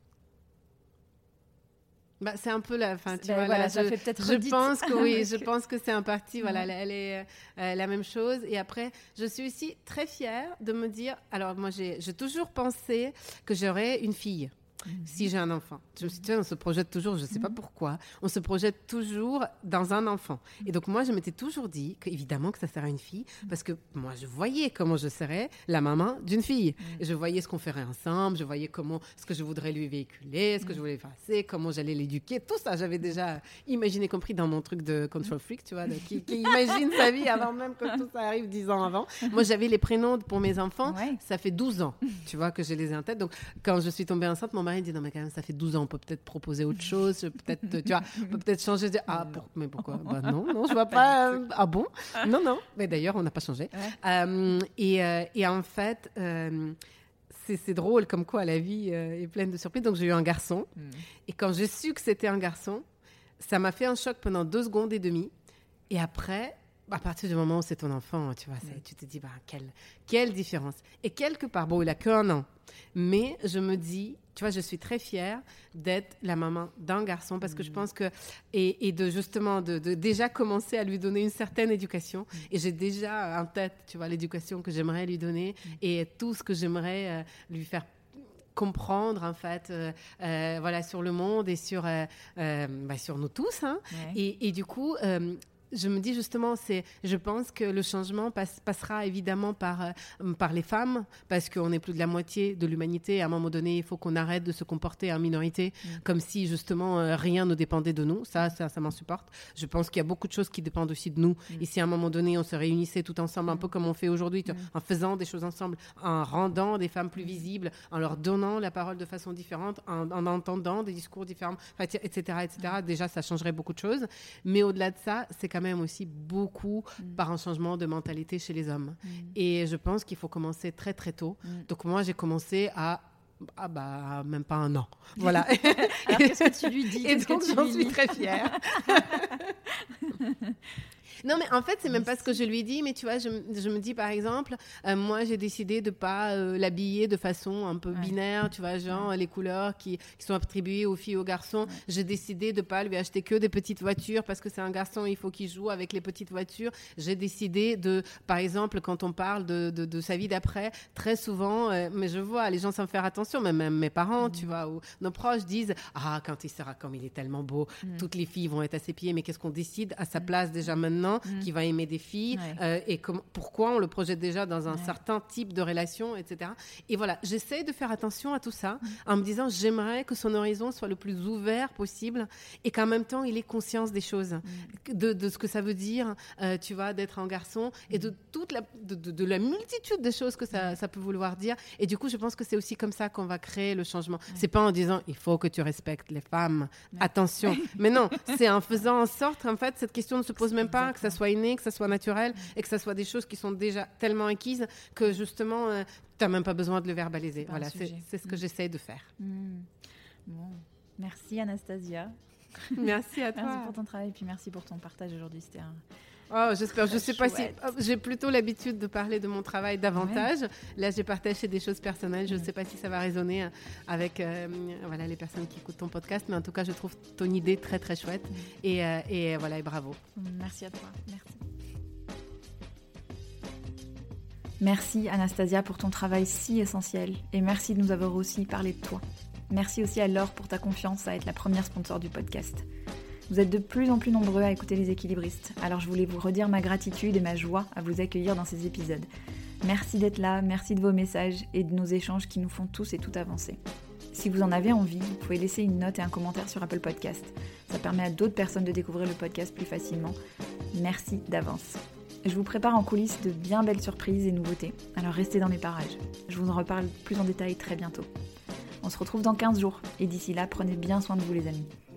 Bah, c'est un peu la fin, tu ben vois, voilà, là, ça je, fait peut-être je redite. pense que oui, je pense que c'est un parti, voilà, ouais. elle est euh, la même chose. Et après, je suis aussi très fière de me dire, alors moi j'ai, j'ai toujours pensé que j'aurais une fille. Mmh. Si j'ai un enfant. Je me suis dit, tu vois, on se projette toujours, je ne sais mmh. pas pourquoi, on se projette toujours dans un enfant. Et donc, moi, je m'étais toujours dit qu'évidemment que ça serait une fille, parce que moi, je voyais comment je serais la maman d'une fille. Mmh. Je voyais ce qu'on ferait ensemble, je voyais comment, ce que je voudrais lui véhiculer, ce que mmh. je voulais faire, comment j'allais l'éduquer. Tout ça, j'avais déjà imaginé, compris dans mon truc de control freak, tu vois, de, qui, qui imagine sa vie avant même que tout ça arrive dix ans avant. Moi, j'avais les prénoms pour mes enfants, ouais. ça fait douze ans, tu vois, que je les ai en tête. Donc, quand je suis tombée enceinte, mon mari dit non mais quand même ça fait douze ans, on peut peut-être proposer autre chose, peut-être tu vois, on peut peut-être changer de... ah pour... mais pourquoi bah non non je vois pas euh... ah bon non non mais d'ailleurs on n'a pas changé ouais. euh, et, euh, et en fait euh, c'est, c'est drôle comme quoi la vie euh, est pleine de surprises. Donc j'ai eu un garçon mm. et quand j'ai su que c'était un garçon, ça m'a fait un choc pendant deux secondes et demie, et après à partir du moment où c'est ton enfant, tu vois, mm. tu te dis bah quelle quelle différence. Et quelque part, bon, il a qu'un an, mais je me dis, tu vois, je suis très fière d'être la maman d'un garçon, parce que mmh. je pense que et, et de justement de, de déjà commencer à lui donner une certaine éducation. Mmh. Et j'ai déjà en tête, tu vois, l'éducation que j'aimerais lui donner mmh. et tout ce que j'aimerais euh, lui faire comprendre en fait, euh, euh, voilà, sur le monde et sur euh, euh, bah, sur nous tous. Hein. Ouais. Et, et du coup. Euh, Je me dis justement, c'est, je pense que le changement passe, passera évidemment par, euh, par les femmes, parce qu'on est plus de la moitié de l'humanité. À un moment donné, il faut qu'on arrête de se comporter en minorité, mmh. comme si justement euh, rien ne dépendait de nous. Ça, ça, ça m'insupporte. Je pense qu'il y a beaucoup de choses qui dépendent aussi de nous. Mmh. Et si à un moment donné, on se réunissait tout ensemble, mmh. un peu comme on fait aujourd'hui, mmh. en faisant des choses ensemble, en rendant des femmes plus visibles, en leur donnant la parole de façon différente, en, en entendant des discours différents, et cetera, et cetera. Mmh. Déjà, ça changerait beaucoup de choses. Mais au-delà de ça, c'est quand même aussi beaucoup mmh. par un changement de mentalité chez les hommes. Mmh. Et je pense qu'il faut commencer très très tôt. Mmh. Donc moi, j'ai commencé à Ah bah, même pas un an. Voilà. Alors, qu'est-ce que tu lui dis? Et Qu'est-ce donc, que tu j'en lui suis dis? très fière. Non, mais en fait, c'est même pas ce que je lui dis, mais tu vois, je, je me dis, par exemple, euh, moi, j'ai décidé de pas euh, l'habiller de façon un peu Ouais. binaire, tu vois, genre Ouais. les couleurs qui, qui sont attribuées aux filles et aux garçons. Ouais. J'ai décidé de pas lui acheter que des petites voitures parce que c'est un garçon, il faut qu'il joue avec les petites voitures. J'ai décidé de, par exemple, quand on parle de, de, de sa vie d'après, très souvent, euh, mais je vois les gens sans faire attention, même, même mes parents, Mm. tu vois, ou nos proches disent, ah, quand il sera comme il est tellement beau, Mm. toutes les filles vont être à ses pieds, mais qu'est-ce qu'on décide à sa place déjà maintenant, Mm. qui va aimer des filles, Ouais. euh, et com- pourquoi on le projette déjà dans un Ouais. certain type de relation, et cetera. Et voilà, j'essaie de faire attention à tout ça en me disant, j'aimerais que son horizon soit le plus ouvert possible et qu'en même temps, il ait conscience des choses, de, de ce que ça veut dire, euh, tu vois, d'être un garçon et de toute la, de, de- de la multitude de choses que ça, ça peut vouloir dire. Et du coup, je pense que c'est aussi comme ça qu'on va créer le changement. C'est pas en disant, il faut que tu respectes les femmes, attention. Mais non, c'est en faisant en sorte qu'en fait, cette question ne se pose même pas, que ça soit inné, que ça soit naturel et que ça soit des choses qui sont déjà tellement acquises que justement, euh, tu n'as même pas besoin de le verbaliser. C'est pas un Voilà, c'est, sujet. c'est ce que Mm. j'essaie de faire. Mm. Bon. Merci Anastasia. Merci à toi. Merci pour ton travail et puis merci pour ton partage aujourd'hui. C'était un... Oh, j'espère. Je sais pas si Chouette. oh, j'ai plutôt l'habitude de parler de mon travail davantage. Là, j'ai partagé des choses personnelles. Je ne Ouais. sais pas si ça va résonner euh, avec euh, voilà les personnes qui écoutent ton podcast, mais en tout cas, je trouve ton idée très très chouette. Mm. Et, euh, et voilà, et bravo. Merci à toi. Merci. Merci Anastasia pour ton travail si essentiel et merci de nous avoir aussi parlé de toi. Merci aussi à Laure pour ta confiance à être la première sponsor du podcast. Vous êtes de plus en plus nombreux à écouter Les Équilibristes, alors je voulais vous redire ma gratitude et ma joie à vous accueillir dans ces épisodes. Merci d'être là, merci de vos messages et de nos échanges qui nous font tous et toutes avancer. Si vous en avez envie, vous pouvez laisser une note et un commentaire sur Apple Podcast. Ça permet à d'autres personnes de découvrir le podcast plus facilement. Merci d'avance. Je vous prépare en coulisses de bien belles surprises et nouveautés, alors restez dans mes parages. Je vous en reparle plus en détail très bientôt. On se retrouve dans quinze jours, et d'ici là, prenez bien soin de vous les amis.